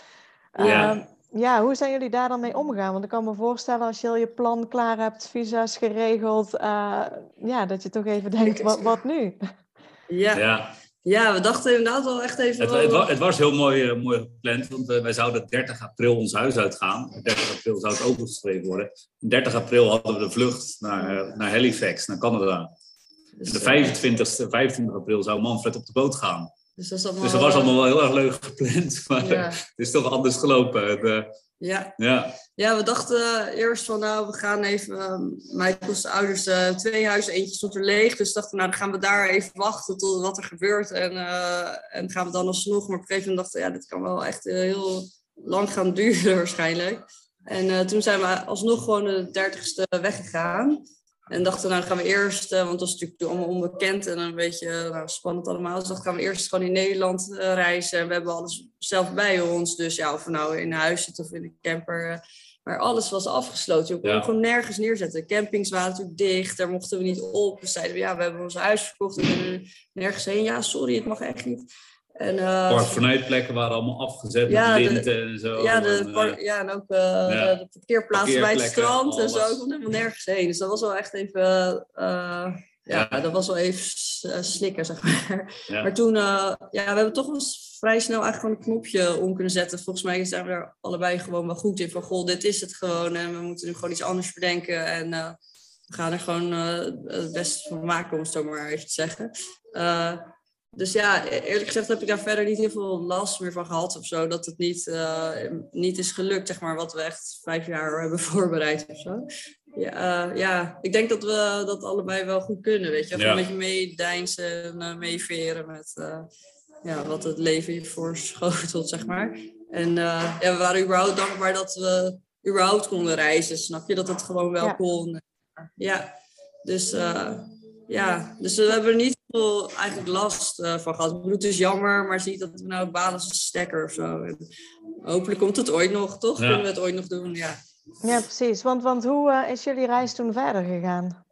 Uh, ja. Ja, hoe zijn jullie daar dan mee omgegaan? Want ik kan me voorstellen als je al je plan klaar hebt, visa's geregeld, uh, ja, dat je toch even denkt, wat, wat nu? Ja. Ja. ja, we dachten inderdaad wel echt even... Het, het, was, het was heel mooi, uh, mooi gepland, want uh, wij zouden dertig april ons huis uitgaan. dertig april zou het overgeschreven worden. dertig april hadden we de vlucht naar, uh, naar Halifax, naar Canada. Dus de vijfentwintigste, vijfentwintig april zou Manfred op de boot gaan. Dus dat, allemaal... dus dat was allemaal wel heel erg leuk gepland, maar ja. het is toch anders gelopen. De, ja. Ja. ja, we dachten eerst van nou, we gaan even, uh, Michael's ouders, uh, twee huizen, eentje stond er leeg. Dus dachten nou, dan gaan we daar even wachten tot wat er gebeurt en, uh, en gaan we dan alsnog. Maar op een gegeven moment dachten we, ja, dit kan wel echt uh, heel lang gaan duren waarschijnlijk. En uh, toen zijn we alsnog gewoon de dertigste weggegaan. En dachten, nou dan gaan we eerst, uh, want dat was natuurlijk allemaal onbekend en een beetje nou, spannend allemaal. Dus dachten, gaan we eerst gewoon in Nederland uh, reizen. En we hebben alles zelf bij ons. Dus ja, of we nou in huis zitten of in een camper. Uh, maar alles was afgesloten. Je kon ja. gewoon nergens neerzetten. De campings waren natuurlijk dicht, daar mochten we niet op. We zeiden, ja, we hebben ons huis verkocht. We kunnen nergens heen. Ja, sorry, het mag echt niet. En, uh, parkvernijdplekken waren allemaal afgezet ja, met linten en zo. Ja, de par- ja en ook uh, ja. de parkeerplaatsen bij het strand en zo. Ik kon helemaal nergens heen. Dus dat was wel echt even... Uh, ja, ja, dat was wel even slikken, zeg maar. Ja. Maar toen... Uh, ja, we hebben toch wel vrij snel eigenlijk gewoon een knopje om kunnen zetten. Volgens mij zijn we er allebei gewoon wel goed in. Van, goh, dit is het gewoon. En we moeten nu gewoon iets anders bedenken. En uh, we gaan er gewoon uh, het beste van maken, om het zo maar even te zeggen. Uh, Dus ja, eerlijk gezegd heb ik daar verder niet heel veel last meer van gehad of zo. Dat het niet, uh, niet is gelukt, zeg maar, wat we echt vijf jaar hebben voorbereid of zo. Ja, uh, ja, ik denk dat we dat allebei wel goed kunnen, weet je. Of Ja. een beetje meedijnsen en uh, meeveren met uh, ja, wat het leven je voorschotelt, zeg maar. En uh, ja, we waren überhaupt dankbaar dat we überhaupt konden reizen, snap je? Dat het gewoon wel Ja. kon. Ja, dus uh, ja, dus we hebben er niet veel eigenlijk last uh, van gehad. Ik bedoel, het is jammer, maar zie dat we nou balen als een stekker of zo. En hopelijk komt het ooit nog, toch? Ja. Kunnen we het ooit nog doen, ja. Ja, precies. Want, want hoe uh, is jullie reis toen verder gegaan?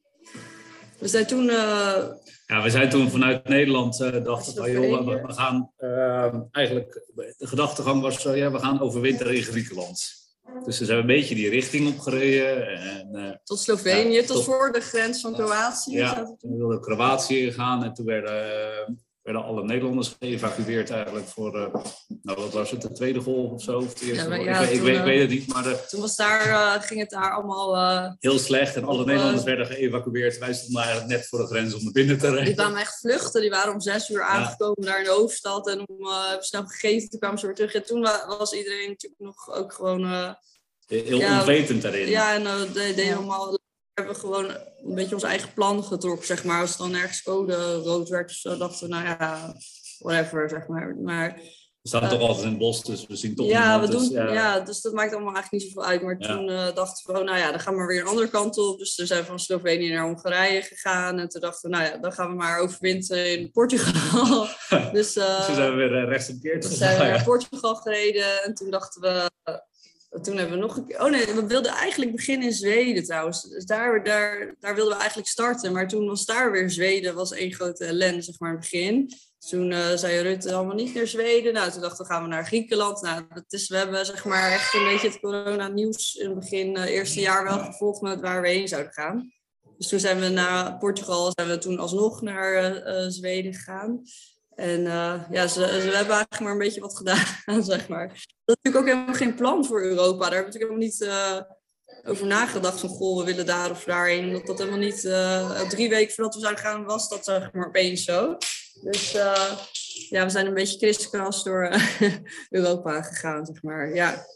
We zijn toen... Uh, Ja, we zijn toen vanuit Nederland uh, dachten van, joh, we, we gaan uh, eigenlijk, de gedachtegang was, uh, ja, we gaan overwinteren in Griekenland. Dus we zijn een beetje die richting opgereden. En, uh, tot Slovenië, ja, tot, tot voor de grens van Kroatië. Ja, toen wilden we Kroatië ingaan en toen werden, uh, werden alle Nederlanders geëvacueerd eigenlijk voor, uh, nou wat was het, de tweede golf of zo? Of de eerste ja, maar, golf? ja, ik, weet, toen, ik weet, uh, weet het niet, maar... De, toen was daar, uh, ging het daar allemaal... Uh, heel slecht en alle op, Nederlanders uh, werden geëvacueerd. Wij stonden eigenlijk net voor de grens om naar binnen te rijden. Die kwamen echt vluchten, die waren om zes uur aangekomen ja. daar in de hoofdstad en om uh, snel gegeten, toen kwamen ze weer terug. En toen was iedereen natuurlijk nog ook gewoon... Uh, heel ja, onwetend daarin. Ja, en uh, de, de helemaal, we hebben gewoon een beetje ons eigen plan getrokken, zeg maar. Als het dan ergens code rood werd of zo, dachten we, nou ja, whatever, zeg maar. maar we staan uh, toch altijd in het bos, dus we zien toch ja, niemand. we doen, dus, ja. ja, dus dat maakt allemaal eigenlijk niet zoveel uit. Maar ja. toen uh, dachten we, oh, nou ja, dan gaan we weer een andere kant op. Dus toen zijn we van Slovenië naar Hongarije gegaan. En toen dachten we, nou ja, dan gaan we maar overwinteren in Portugal. dus, uh, dus toen zijn we weer uh, rechtsomkeerd gegaan. Toen zijn we naar Portugal gereden. En toen dachten we... Uh, Toen hebben we nog een keer... Oh nee, we wilden eigenlijk beginnen in Zweden trouwens. Dus daar, daar, daar wilden we eigenlijk starten. Maar toen was daar weer Zweden, was één grote ellende, zeg maar, in het begin. Dus toen uh, zei Rutte allemaal niet naar Zweden. Nou, toen dachten we, gaan we naar Griekenland. Nou, dat is, we hebben zeg maar echt een beetje het corona-nieuws in het begin, uh, eerste jaar wel gevolgd met waar we heen zouden gaan. Dus toen zijn we naar Portugal, zijn we toen alsnog naar uh, uh, Zweden gegaan. En uh, ja, ze, ze hebben eigenlijk maar een beetje wat gedaan, zeg maar. Dat is natuurlijk ook helemaal geen plan voor Europa. Daar hebben we natuurlijk helemaal niet uh, over nagedacht van, goh, we willen daar of daarheen. Omdat dat helemaal niet, uh, drie weken voordat we zouden gaan, was dat zeg maar opeens zo. Dus uh, ja, we zijn een beetje kriskras door uh, Europa gegaan, zeg maar. Ja,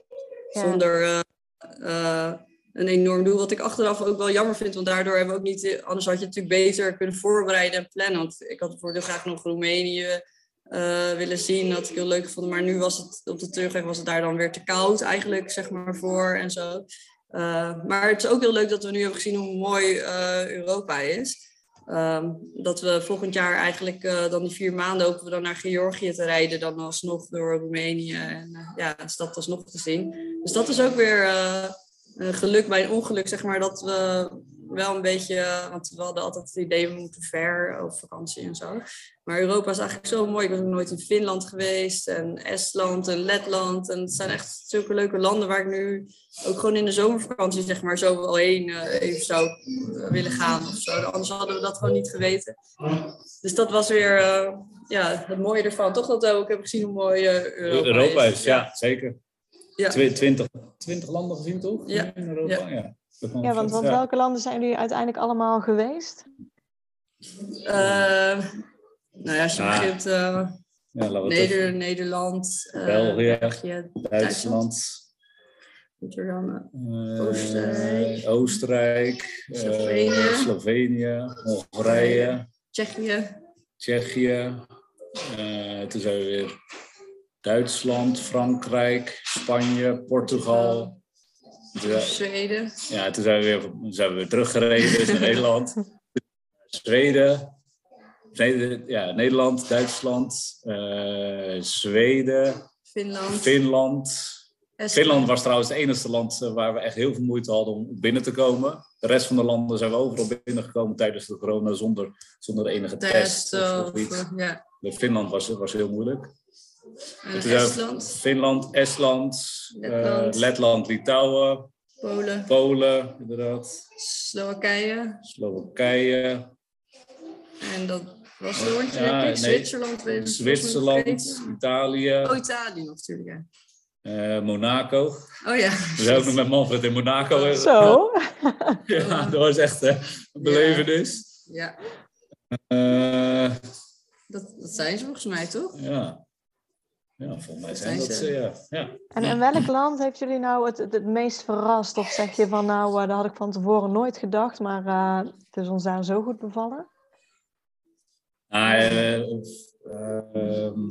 ja. Zonder uh, uh, een enorm doel. Wat ik achteraf ook wel jammer vind, want daardoor hebben we ook niet... Anders had je het natuurlijk beter kunnen voorbereiden en plannen. Want ik had bijvoorbeeld heel graag nog Roemenië uh, willen zien. Dat ik heel leuk vond. Maar nu was het op de terugweg was het daar dan weer te koud eigenlijk, zeg maar, voor en zo. Uh, maar het is ook heel leuk dat we nu hebben gezien hoe mooi uh, Europa is. Um, dat we volgend jaar eigenlijk uh, dan die vier maanden hopen we dan naar Georgië te rijden. Dan alsnog door Roemenië. En uh, ja, de stad alsnog te zien. Dus dat is ook weer... Uh, Uh, geluk bij een ongeluk, zeg maar, dat we wel een beetje, want we hadden altijd het idee, we moeten ver op vakantie en zo. Maar Europa is eigenlijk zo mooi. Ik ben ook nooit in Finland geweest en Estland en Letland. En het zijn echt zulke leuke landen waar ik nu ook gewoon in de zomervakantie, zeg maar, zo wel heen uh, even zou uh, willen gaan of zo. Anders hadden we dat gewoon niet geweten. Dus dat was weer uh, ja, het mooie ervan. Toch dat we ook hebben gezien hoe mooi uh, Europa, Europa is. is. Ja, ja zeker. Ja. twintig, twintig landen gezien, toch? Ja. In Europa, ja. Ja, ja want, want welke landen zijn jullie uiteindelijk allemaal geweest? Uh, nou ja, als je ah. begint... Uh, ja, Neder, Nederland, uh, België, België, Duitsland. Duitsland. Uh, Oostenrijk, Oostenrijk Slovenië, uh, Slovenië Hongarije, Tsjechië. Tsjechië. Uh, toen zijn we weer... Duitsland, Frankrijk, Spanje, Portugal. Ja, Zweden. Ja, toen zijn we weer, zijn we weer teruggereden naar Nederland. Zweden. Nee, ja, Nederland, Duitsland, uh, Zweden, Finland. Finland. Finland was trouwens het enige land waar we echt heel veel moeite hadden om binnen te komen. De rest van de landen zijn we overal binnengekomen tijdens de corona zonder, zonder enige test. test of, of iets. Ja. Finland was, was heel moeilijk. En Estland. Finland, Estland, Letland, uh, Letland, Litouwen, Polen, Polen, inderdaad. Slowakije. Slowakije. En dat was het rondje, ja, denk ik. Nee. Zwitserland. Zwitserland, Italië. Oh, Italië natuurlijk, ja. Uh, Monaco. Oh ja. We zijn ook nog met Manfred in Monaco. Zo. Ja, dat was echt uh, een belevenis. Ja. Uh, dat, dat zijn ze volgens mij, toch? Ja. Ja, volgens mij zijn dat ze, ja. ja. En in welk land heeft jullie nou het, het, het meest verrast? Of zeg je van, nou, uh, dat had ik van tevoren nooit gedacht, maar uh, het is ons daar zo goed bevallen? Ah, uh, uh, um,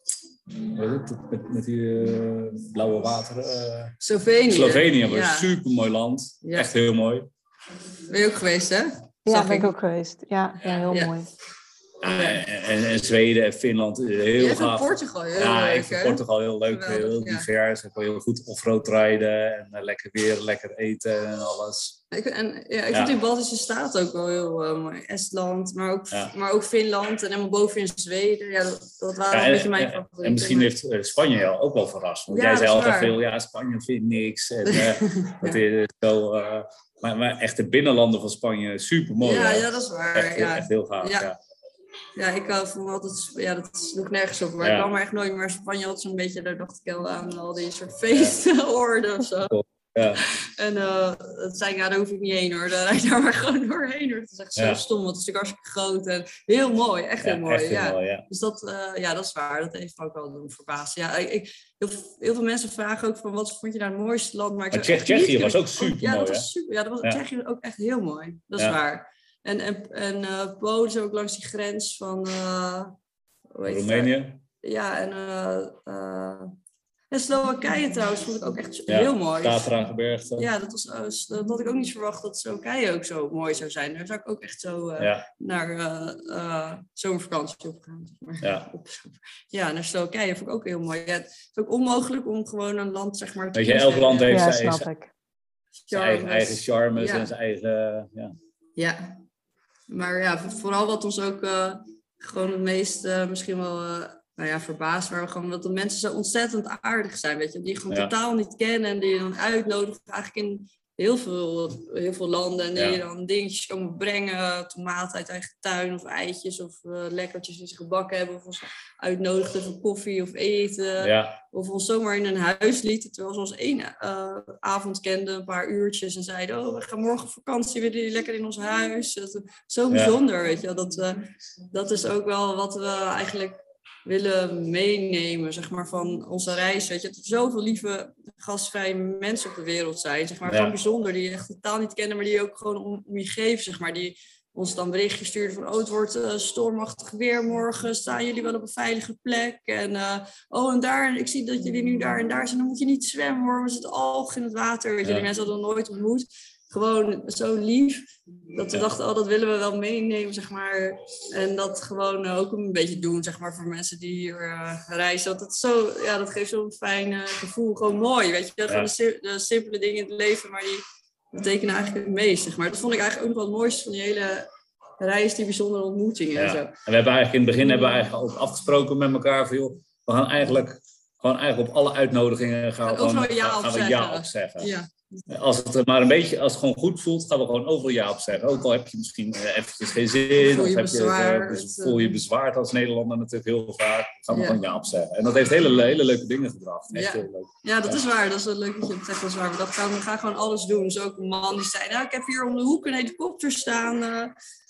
wat is het? Met, met die uh, blauwe water. Uh, Slovenië. Slovenië, ja. een supermooi land. Ja. Echt heel mooi. Ben je ook geweest, hè? Ja, Zag ben ik ook geweest. Ja, ja heel Ja. mooi. Ja, en, en, en Zweden en Finland, heel Je gaaf. vindt Portugal heel ja, leuk, ik vind hè? Portugal heel leuk, Geweldig, heel ja. divers. Ik wil heel goed offroad rijden en uh, lekker weer, lekker eten en alles. Ik, en, ja, ik Ja. vind die Baltische Staten ook wel heel uh, mooi. Estland, maar ook, Ja. maar ook Finland en helemaal boven in Zweden. Ja, dat, dat waren Ja, een beetje en, mijn en, favorieten. en misschien heeft uh, Spanje jou ook wel verrast. Want Ja, jij zei dat is altijd waar. veel, ja, Spanje vindt niks. En, uh, dat Ja. is zo, uh, maar, maar echt de binnenlanden van Spanje, super mooi. Ja, ja, dat is waar. Echt, ja. echt heel gaaf, Ja. ja. Ja, ik uh, vond altijd, ja, dat sloeg nergens op. Maar Ja. ik kwam er echt nooit meer. Spanje had zo'n beetje, daar dacht ik al aan al die soort feestorden of zo. Ja. En uh, dat zei ik, ja, daar hoef ik niet heen hoor. Daar rijd ik daar maar gewoon doorheen hoor. Het is echt zo Ja. stom, want het is natuurlijk hartstikke groot en heel mooi. Echt heel Ja, mooi, echt heel ja. mooi, ja. Dus dat, uh, ja, dat is waar. Dat heeft me ook wel doen verbazen. Ja, ik, ik, heel, heel veel mensen vragen ook van, wat vond je nou het mooiste land? Maar, ik Maar zou Tsje- echt niet Tsjechië was kunnen- ook super Ja, dat mooi, was hè? super. Ja, dat was Ja. Tsjechië ook echt heel mooi. Dat is Ja. waar. En, en, en uh, Polen is ook langs die grens van... Uh, hoe heet het? Roemenië. Ja, en... Uh, uh, en Slowakije trouwens vond ik ook echt Ja. heel mooi. Tatra-gebergte. Ja, dat, was, uh, dat had ik ook niet verwacht dat Slowakije ook zo mooi zou zijn. Daar zou ik ook echt zo uh, Ja. naar uh, uh, zomervakantie op gaan. Zeg maar. Ja. Op, ja, naar Slowakije vond ik ook heel mooi. Ja, het is ook onmogelijk om gewoon een land, zeg maar... te Weet je, kiezen. elk land heeft Ja, zijn, snap zijn, ik. zijn eigen, eigen charmes Ja. en zijn eigen... Ja. Ja, maar ja, vooral wat ons ook uh, gewoon het meest uh, misschien wel uh, nou ja, verbaasd waren, gewoon dat de mensen zo ontzettend aardig zijn, weet je, die je gewoon Ja. totaal niet kennen en die je dan uitnodigen eigenlijk in heel veel, heel veel landen en die Ja. je dan dingetjes komen brengen, tomaten uit eigen tuin of eitjes of uh, lekkertjes die ze gebakken hebben of ons uitnodigden voor koffie of eten. Ja. Of ons zomaar in een huis lieten, terwijl ze ons één uh, avond kenden, een paar uurtjes, en zeiden, oh, we gaan morgen op vakantie, willen jullie lekker in ons huis? Dat, zo bijzonder, ja. Weet je wel. Dat, uh, dat is ook wel wat we eigenlijk willen meenemen, zeg maar, van onze reis. Weet je, dat er zoveel lieve, gastvrije mensen op de wereld zijn, zeg maar, Ja. gewoon bijzonder, die je echt totaal niet kennen, maar die je ook gewoon om, om je geven, zeg maar, die ons dan berichtjes stuurden van, oh, het wordt uh, stormachtig weer morgen, staan jullie wel op een veilige plek? En, uh, oh, en daar, ik zie dat jullie nu daar en daar zijn, dan moet je niet zwemmen hoor, er zit alg in het water, weet je, Ja. die mensen hadden we nog nooit ontmoet. Gewoon zo lief, dat we Ja. dachten, oh, dat willen we wel meenemen, zeg maar. En dat gewoon uh, ook een beetje doen, zeg maar, voor mensen die hier uh, reizen. Want dat, is zo, ja, dat geeft zo'n fijn uh, gevoel, gewoon mooi, weet je. Gewoon Ja. de, si- de simpele dingen in het leven, maar die betekenen eigenlijk het meest, zeg maar. Dat vond ik eigenlijk ook nog wel het mooiste van die hele reis, die bijzondere ontmoetingen en Ja. zo. En we hebben eigenlijk in het begin hebben we eigenlijk ook afgesproken met elkaar van, joh, we gaan eigenlijk gewoon eigenlijk op alle uitnodigingen gaan we Overal gewoon, ja gaan, op gaan we zeggen. ja op zeggen. Ja, Als het maar een beetje, als het gewoon goed voelt, gaan we gewoon overal ja op zeggen. Ook al heb je misschien uh, eventjes geen zin, Voel of je heb bezwaar, je, uh, bez- het, uh, voel je bezwaard als Nederlander natuurlijk heel vaak, gaan we Ja. gewoon ja op zeggen. En dat heeft hele, hele leuke dingen gebracht. Echt Ja. heel leuk. ja, dat is waar. Dat is wel leuk dat je het zegt, dat is waar. We dachten, we gaan gewoon alles doen. Dus ook een man die zei, nou, ik heb hier om de hoek een helikopter staan. Uh,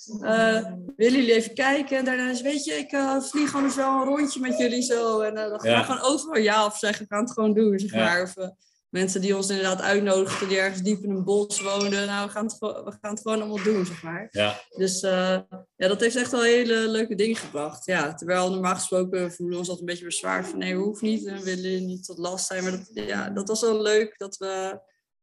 uh, willen jullie even kijken? En daarna is, weet je, ik uh, vlieg gewoon eens wel een rondje met jullie zo. En uh, dan gaan Ja. we gewoon overal ja op zeggen. We gaan het gewoon doen, zeg Ja. maar. Of uh, mensen die ons inderdaad uitnodigden, die ergens diep in een bos woonden. Nou, we gaan het, gewoon- we gaan het gewoon allemaal doen, zeg maar. Ja, Dus uh, ja, dat heeft echt wel hele leuke dingen gebracht. Ja, terwijl normaal gesproken voelen we ons altijd een beetje bezwaard van nee, we hoeven niet en we willen niet tot last zijn. Maar dat, ja, dat was wel leuk dat we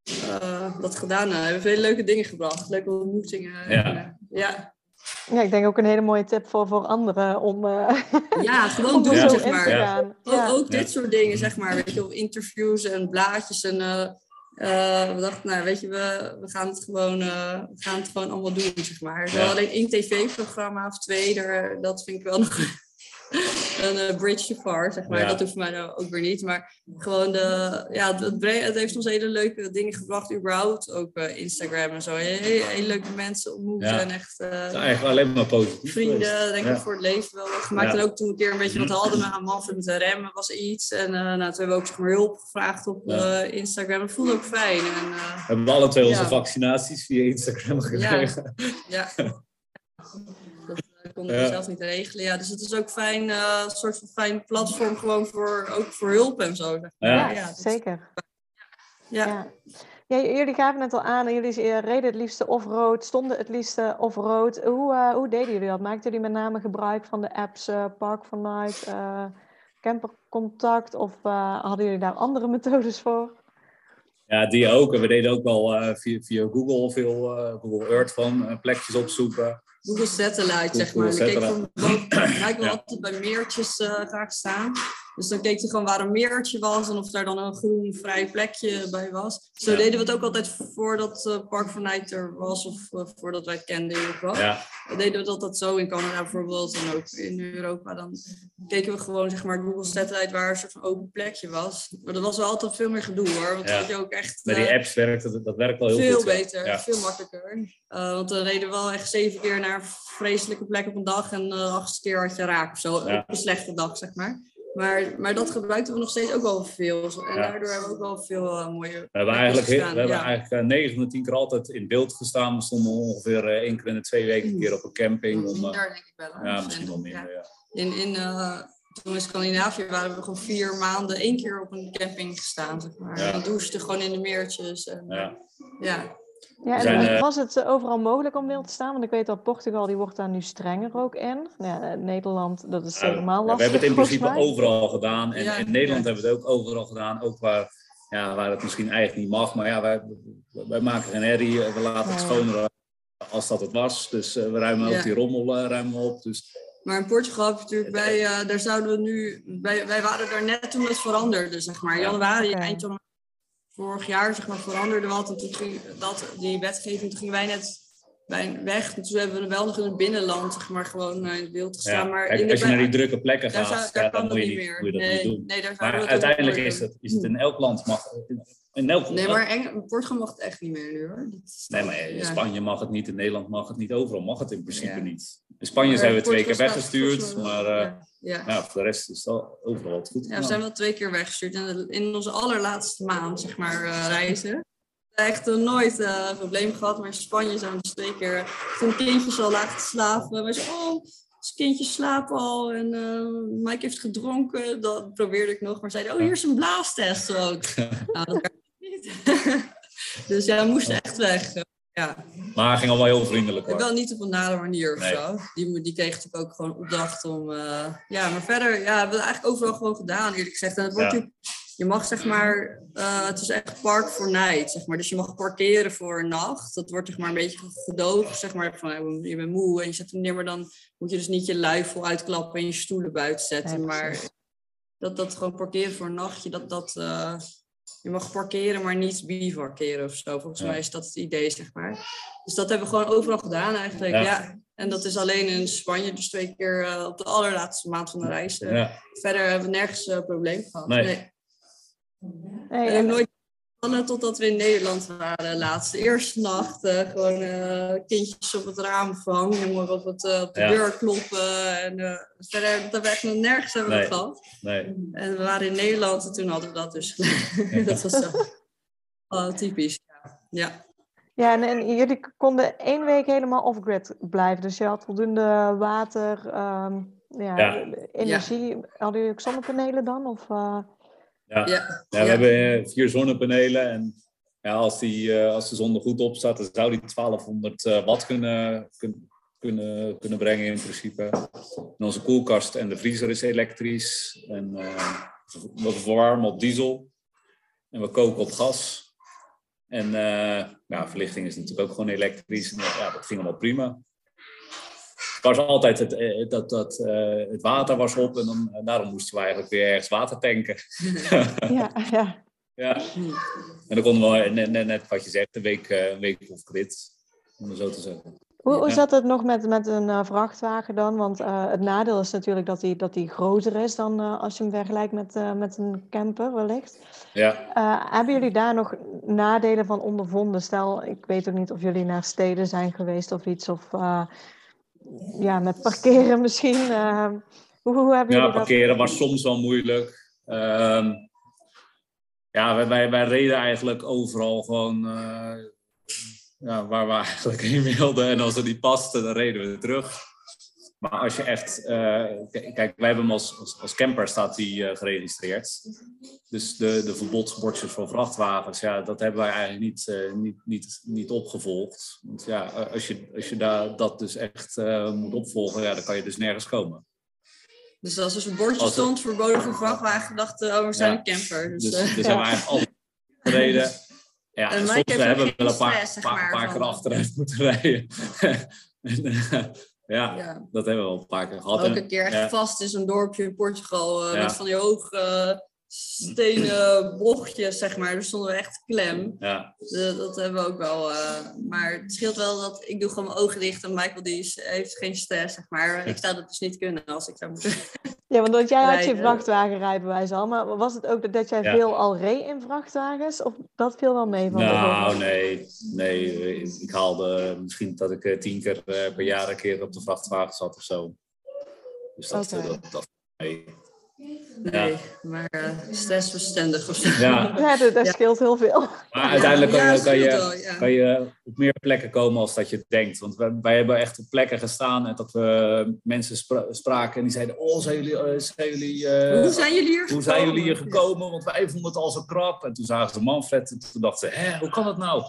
uh, dat gedaan hebben. We hebben hele leuke dingen gebracht, leuke ontmoetingen. Ja. En, uh, ja. Ja, ik denk ook een hele mooie tip voor, voor anderen om, uh, ja, het gewoon om doen, er Ja. zo zeg in te maar. Ja. gaan. Ook, Ja. ook dit Ja. soort dingen, zeg maar. Weet je, of interviews en blaadjes. En uh, uh, we dachten, nou, weet je, we, we, gaan het gewoon, uh, we gaan het gewoon allemaal doen, zeg maar. Zo Ja. alleen één tv-programma of twee, er, dat vind ik wel nog een uh, bridge too far, zeg maar. Ja. Dat hoeft mij nou ook weer niet. Maar gewoon de, ja, het, het, bre- het heeft ons hele leuke dingen gebracht, überhaupt. Ook uh, Instagram en zo. Hele, hele leuke mensen ontmoet Ja. en echt... Uh, het is eigenlijk alleen maar positief vrienden, geweest. denk Ja. ik, voor het leven wel wat gemaakt. Ja. En ook toen we een keer een beetje wat hadden met Manfred met de remmen was iets. En uh, nou, toen hebben we ook zeg maar, hulp gevraagd op Ja. uh, Instagram. Dat voelde ook fijn. En, uh, We hebben alle twee onze Ja. vaccinaties via Instagram gekregen. ja. Dat uh, dat konden we Ja. zelf niet regelen. Ja, dus het is ook fijn, uh, een soort van fijn platform gewoon voor, ook voor hulp en zo. Zeg maar. Ja. Ja, Ja, dat- zeker. Ja. Ja. Ja, j- jullie gaven net al aan, en jullie eh, reden het liefste off-road, stonden het liefste off-road. Hoe, eh, hoe deden jullie dat? Maakten jullie met name gebruik van de apps eh, Park for Night, eh Campercontact, of eh, hadden jullie daar andere methodes voor? Ja, die ook. En we deden ook wel uh, via, via Google veel, uh, Google Earth van uh, plekjes opzoeken. Google Satellite, zeg Google maar. Dan keek Satellite. van boven. Ik wil Ja. altijd bij meertjes uh, graag staan. Dus dan keek hij gewoon waar een meertje was en of daar dan een groen vrij plekje bij was. Zo Ja. deden we het ook altijd voordat uh, Park for Night er was of uh, voordat wij het kenden in ieder geval. Ja. Dan deden we het altijd zo in Canada bijvoorbeeld en ook in Europa. Dan keken we gewoon zeg maar Google Satellite waar een soort van open plekje was. Maar dat was wel altijd veel meer gedoe hoor. Want Ja. dan had je ook echt... Met die uh, apps werkt dat, dat werkt wel heel veel goed. ja. beter, Ja. veel makkelijker. Uh, want dan reden we wel echt zeven keer naar een vreselijke plek op een dag en de uh, achtste keer had je raak of zo. Ja. Op een slechte dag, zeg maar. Maar, maar dat gebruikten we nog steeds ook wel veel. En Ja. daardoor hebben we ook wel veel uh, mooie We hebben eigenlijk, gestaan. heel- we hebben Ja. eigenlijk uh, negen van de tien keer altijd in beeld gestaan. We stonden ongeveer uh, één keer in de twee weken een keer op een camping. Om, uh, Daar denk ik wel aan. ja, misschien wel minder. Ja. Ja. In, in, uh, toen in Scandinavië waren we gewoon vier maanden één keer op een camping gestaan, zeg maar. Ja. En dan douchten gewoon in de meertjes. En, Ja. ja. Ja, en zijn, eh, was het eh, overal mogelijk om wild te staan? Want ik weet dat Portugal, die wordt daar nu strenger ook in. Ja, eh, Nederland, dat is Nou, helemaal ja, lastig. we hebben het in volgens principe mij. overal gedaan. En Ja. in Nederland Ja. hebben we het ook overal gedaan. Ook waar, ja, waar het misschien eigenlijk niet mag. Maar ja, wij, wij maken geen herrie. We laten het Ja. schoner als dat het was. Dus uh, we ruimen Ja. ook die rommel uh, ruimen we op. Dus Maar in Portugal heb je natuurlijk bij, uh, daar zouden we nu, wij, wij waren daar net toen het veranderde, zeg maar. Ja. Januari, Oké. eind januari, vorig jaar, zeg maar, veranderde wat. En toen ging dat, die wetgeving, toen gingen wij net bij, weg. En toen hebben we wel nog in het binnenland, zeg maar, gewoon uh, in het wild gestaan. ja, Maar kijk, in de, als je naar die drukke plekken daar, gaat, zou, daar ja, kan dan dat moet je niet niet, meer. moet je dat nee, niet doen. nee, daar Maar zouden we het ook uiteindelijk nooit is doen. het, is het in elk land mag. In elk, Nee, maar Eng Portugal mag het echt niet meer nu, hoor. Dat is- Nee, maar in ja. Spanje mag het niet, in Nederland mag het niet, overal mag het in principe Ja. niet. In Spanje Maar zijn we twee keer Portugal staat weggestuurd, volgens mij wel- maar uh, ja, ja. ja, voor de rest is het overal wat goed Ja, we gedaan. zijn wel twee keer weggestuurd. En in onze allerlaatste maand, zeg maar, uh, reizen. We hebben echt uh, nooit uh, een probleem gehad. Maar in Spanje zijn we dus twee keer... Toen kindjes al lagen te slapen. We zeiden, oh, dus kindjes slapen al. En uh, Mike heeft gedronken. Dat probeerde ik nog. Maar zeiden, oh, hier is een blaastest ook. Nou, dat werkt niet. Dus ja, we moesten echt weg. Ja. Maar het ging allemaal heel vriendelijk hoor. Wel niet op een nare manier of Nee. zo. Die, die kreeg natuurlijk ook gewoon opdracht om... Uh, ja, maar verder ja, hebben we het eigenlijk overal gewoon gedaan, eerlijk gezegd. En het wordt Ja. natuurlijk... Je mag zeg maar... Uh, het is echt park for night, zeg maar. Dus je mag parkeren voor een nacht. Dat wordt zeg maar een beetje gedoogd, zeg maar. Van, je bent moe en je zet hem neer, maar dan moet je dus niet je luifel uitklappen en je stoelen buiten zetten. Ja, maar precies. dat, dat gewoon parkeren voor een nachtje, dat... dat uh, je mag parkeren, maar niet bivakeren of zo. Volgens Ja. mij is dat het idee, zeg maar. Dus dat hebben we gewoon overal gedaan eigenlijk. Ja. Ja. En dat is alleen in Spanje, dus twee keer uh, op de allerlaatste maand van de reis. Uh, Ja. Verder hebben we nergens uh, probleem gehad. Nee. Nee. Hey, We en- hebben nooit gevallen totdat we in Nederland waren. Laatst, de eerste nacht. Uh, gewoon uh, kindjes op het raam vangen, maar op, het, uh, op de Ja. deur kloppen. En uh, verder, dat hebben we echt nog nergens hebben we Nee. dat gehad. Nee. En we waren in Nederland en toen hadden we dat dus. Dat was zo. Oh, typisch. Ja. Ja. Ja, en, en jullie konden één week helemaal off-grid blijven. Dus je had voldoende water, ehm, ja, Ja. energie. Hadden jullie ook zonnepanelen dan? Of, uh... Ja. Ja. Ja, we Ja. hebben uh, vier zonnepanelen en ja, als, die, uh, als de zon er goed op staat, dan zou die twaalfhonderd uh, watt kunnen, kun, kunnen, kunnen brengen in principe. En onze koelkast en de vriezer is elektrisch en uh, we verwarmen op diesel en we koken op gas. En uh, ja, verlichting is natuurlijk ook gewoon elektrisch. En, ja, dat ging allemaal prima. Het was altijd het, uh, dat, dat uh, het water was op en dan, uh, daarom moesten we eigenlijk weer ergens water tanken. ja, ja. Ja, en dan konden we net, net, net wat je zegt, een week, uh, een week off-grid, om het zo te zeggen. Hoe, hoe Ja. zat het nog met, met een uh, vrachtwagen dan? Want uh, het nadeel is natuurlijk dat die, dat die groter is dan uh, als je hem vergelijkt met, uh, met een camper wellicht. Ja, Uh, hebben jullie daar nog nadelen van ondervonden? Stel, ik weet ook niet of jullie naar steden zijn geweest of iets. Of uh, ja, met parkeren misschien. Uh, hoe, hoe hebben ja jullie parkeren was soms wel moeilijk. Um, ja, wij, wij, wij reden eigenlijk overal gewoon uh, ja, waar we eigenlijk heen wilden. En als het niet paste, dan reden we terug. Maar als je echt... Uh, k- kijk, wij hebben hem als, als, als camper staat die uh, geregistreerd. Dus de, de verbodsbordjes voor vrachtwagens, ja, dat hebben wij eigenlijk niet, uh, niet, niet, niet opgevolgd. Want ja, als je, als je daar, dat dus echt uh, moet opvolgen, ja, dan kan je dus nergens komen. Dus als er een bordje als stond, verboden voor vrachtwagen, dachten oh, we zijn ja, een camper. Dus, dus, uh, dus ja. hebben we eigenlijk altijd gereden. Ja, en soms we hebben we wel een paar, stress, paar, maar, paar keer achteruit moeten rijden. en, uh, ja, ja, dat hebben we wel een paar keer gehad. Ook een keer echt ja. vast in zo'n dorpje in Portugal. Uh, ja. Met van die hoge uh, stenen bochtjes, zeg maar. Daar stonden we echt klem. Ja. De, dat hebben we ook wel. Uh, maar het scheelt wel dat ik doe gewoon mijn ogen dicht. En Michael die is, heeft geen stress, zeg maar. Ik zou dat dus niet kunnen als ik zou moeten... Ja, want jij had je vrachtwagenrijbewijs al. Maar was het ook dat jij ja. veel al reed in vrachtwagens? Of dat viel wel mee van Nou, nee. Nee, ik haalde misschien dat ik tien keer per jaar een keer op de vrachtwagen zat of zo. Dus dat... Okay. dat, dat nee. Nee, ja. maar uh, stressverstendig of zo. Ja, ja dat, dat ja. scheelt heel veel. Maar ja, uiteindelijk kan, ja, je, kan, je, wel, ja. kan je op meer plekken komen als dat je denkt. Want wij, wij hebben echt op plekken gestaan en dat we mensen spra- spraken en die zeiden, oh, zijn jullie, uh, zijn jullie, uh, hoe zijn jullie hier hoe zijn jullie hier gekomen? Want wij vonden het al zo krap. En toen zagen ze Manfred en toen dachten ze, hè, hoe kan dat nou?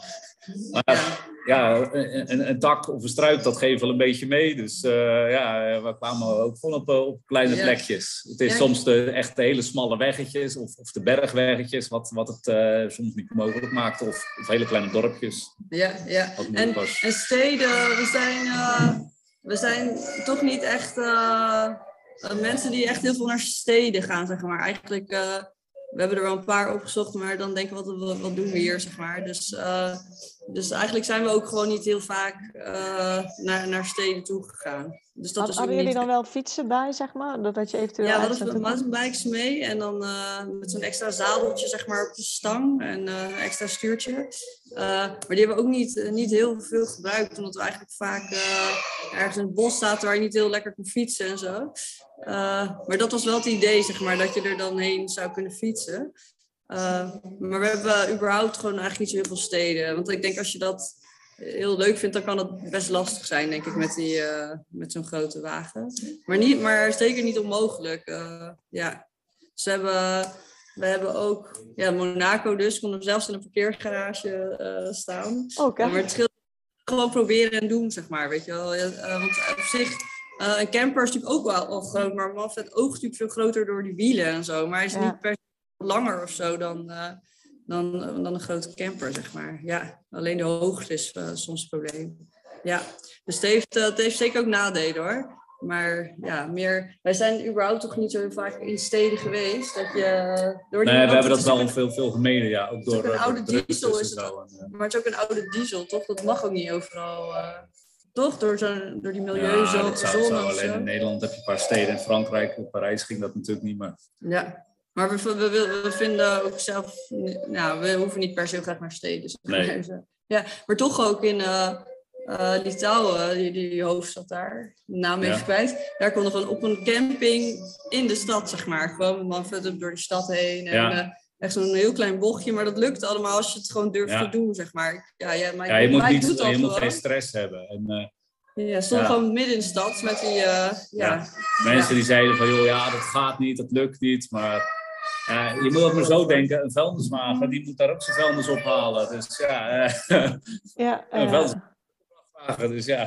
Maar ja, een, een tak of een struik, dat geeft wel een beetje mee. Dus uh, ja, we kwamen ook gewoon op, op kleine ja. plekjes. Het is ja. soms de, echt de hele smalle weggetjes of, of de bergweggetjes, wat, wat het uh, soms niet mogelijk maakt. Of, of hele kleine dorpjes. Ja, ja. En, en steden, we zijn, uh, we zijn toch niet echt uh, mensen die echt heel veel naar steden gaan, zeg maar. Eigenlijk... Uh, We hebben er wel een paar opgezocht, maar dan denken we, wat, wat doen we hier, zeg maar. Dus, uh, dus eigenlijk zijn we ook gewoon niet heel vaak uh, naar, naar steden toe gegaan. Dus dat Had, is hadden jullie niet... dan wel fietsen bij, zeg maar? Dat je eventueel ja, we hadden mountainbikes mee en dan uh, met zo'n extra zadeltje, zeg maar, op de stang en uh, een extra stuurtje. Uh, maar die hebben we ook niet, uh, niet heel veel gebruikt, omdat we eigenlijk vaak uh, ergens in het bos zaten waar je niet heel lekker kon fietsen en zo. Uh, maar dat was wel het idee, zeg maar, dat je er dan heen zou kunnen fietsen. Uh, maar we hebben überhaupt gewoon eigenlijk niet zo heel veel steden. Want ik denk als je dat heel leuk vindt, dan kan het best lastig zijn, denk ik, met, die, uh, met zo'n grote wagen. Maar, niet, maar zeker niet onmogelijk. Uh, ja. Dus we hebben, we hebben ook ja, Monaco dus, konden we zelfs in een parkeergarage uh, staan. Okay. Uh, maar het scheelt gewoon proberen en doen, zeg maar, weet je wel. Uh, want op zich... Uh, een camper is natuurlijk ook wel, wel groot, maar Manfred oogt natuurlijk veel groter door die wielen en zo. Maar hij is ja. niet per se langer of zo dan, uh, dan, dan een grote camper, zeg maar. Ja, alleen de hoogte is uh, soms een probleem. Ja, dus het heeft, uh, het heeft zeker ook nadelen hoor. Maar ja, meer... Wij zijn überhaupt toch niet zo vaak in steden geweest. Dat je, door die nee, we hebben dat wel een, veel, veel gemeden, ja. Ook door, het is ook een door oude diesel is het zo, en, uh... maar het is ook een oude diesel, toch? Dat mag ook niet overal... Uh... Toch? Door, zo'n, door die milieuzone. Ja, dat zou, zou alleen in Nederland heb je een paar steden. In Frankrijk, in Parijs ging dat natuurlijk niet meer. Ja, maar we, we, we, we vinden ook zelf... Nou, we hoeven niet per se heel graag naar steden. Nee. Ja, maar toch ook in uh, uh, Litouwen, die, die hoofdstad daar, de naam even ja. kwijt. Daar konden we gewoon op een camping in de stad, zeg maar. Gewoon Manfred door de stad heen. En, ja. uh, echt zo'n heel klein bochtje, maar dat lukt allemaal als je het gewoon durft ja. te doen, zeg maar. Ja, ja, maar ja je moet, niet, je moet geen stress hebben. En, uh, ja, stond ja. gewoon midden in de stad met die... Uh, ja. Ja. Mensen ja. die zeiden van, joh, ja, dat gaat niet, dat lukt niet, maar... Uh, je moet ook maar zo denken, een vuilniswagen, die moet daar ook zijn vuilnis ophalen. Dus ja, uh, ja uh, een vuilniswagen, dus ja...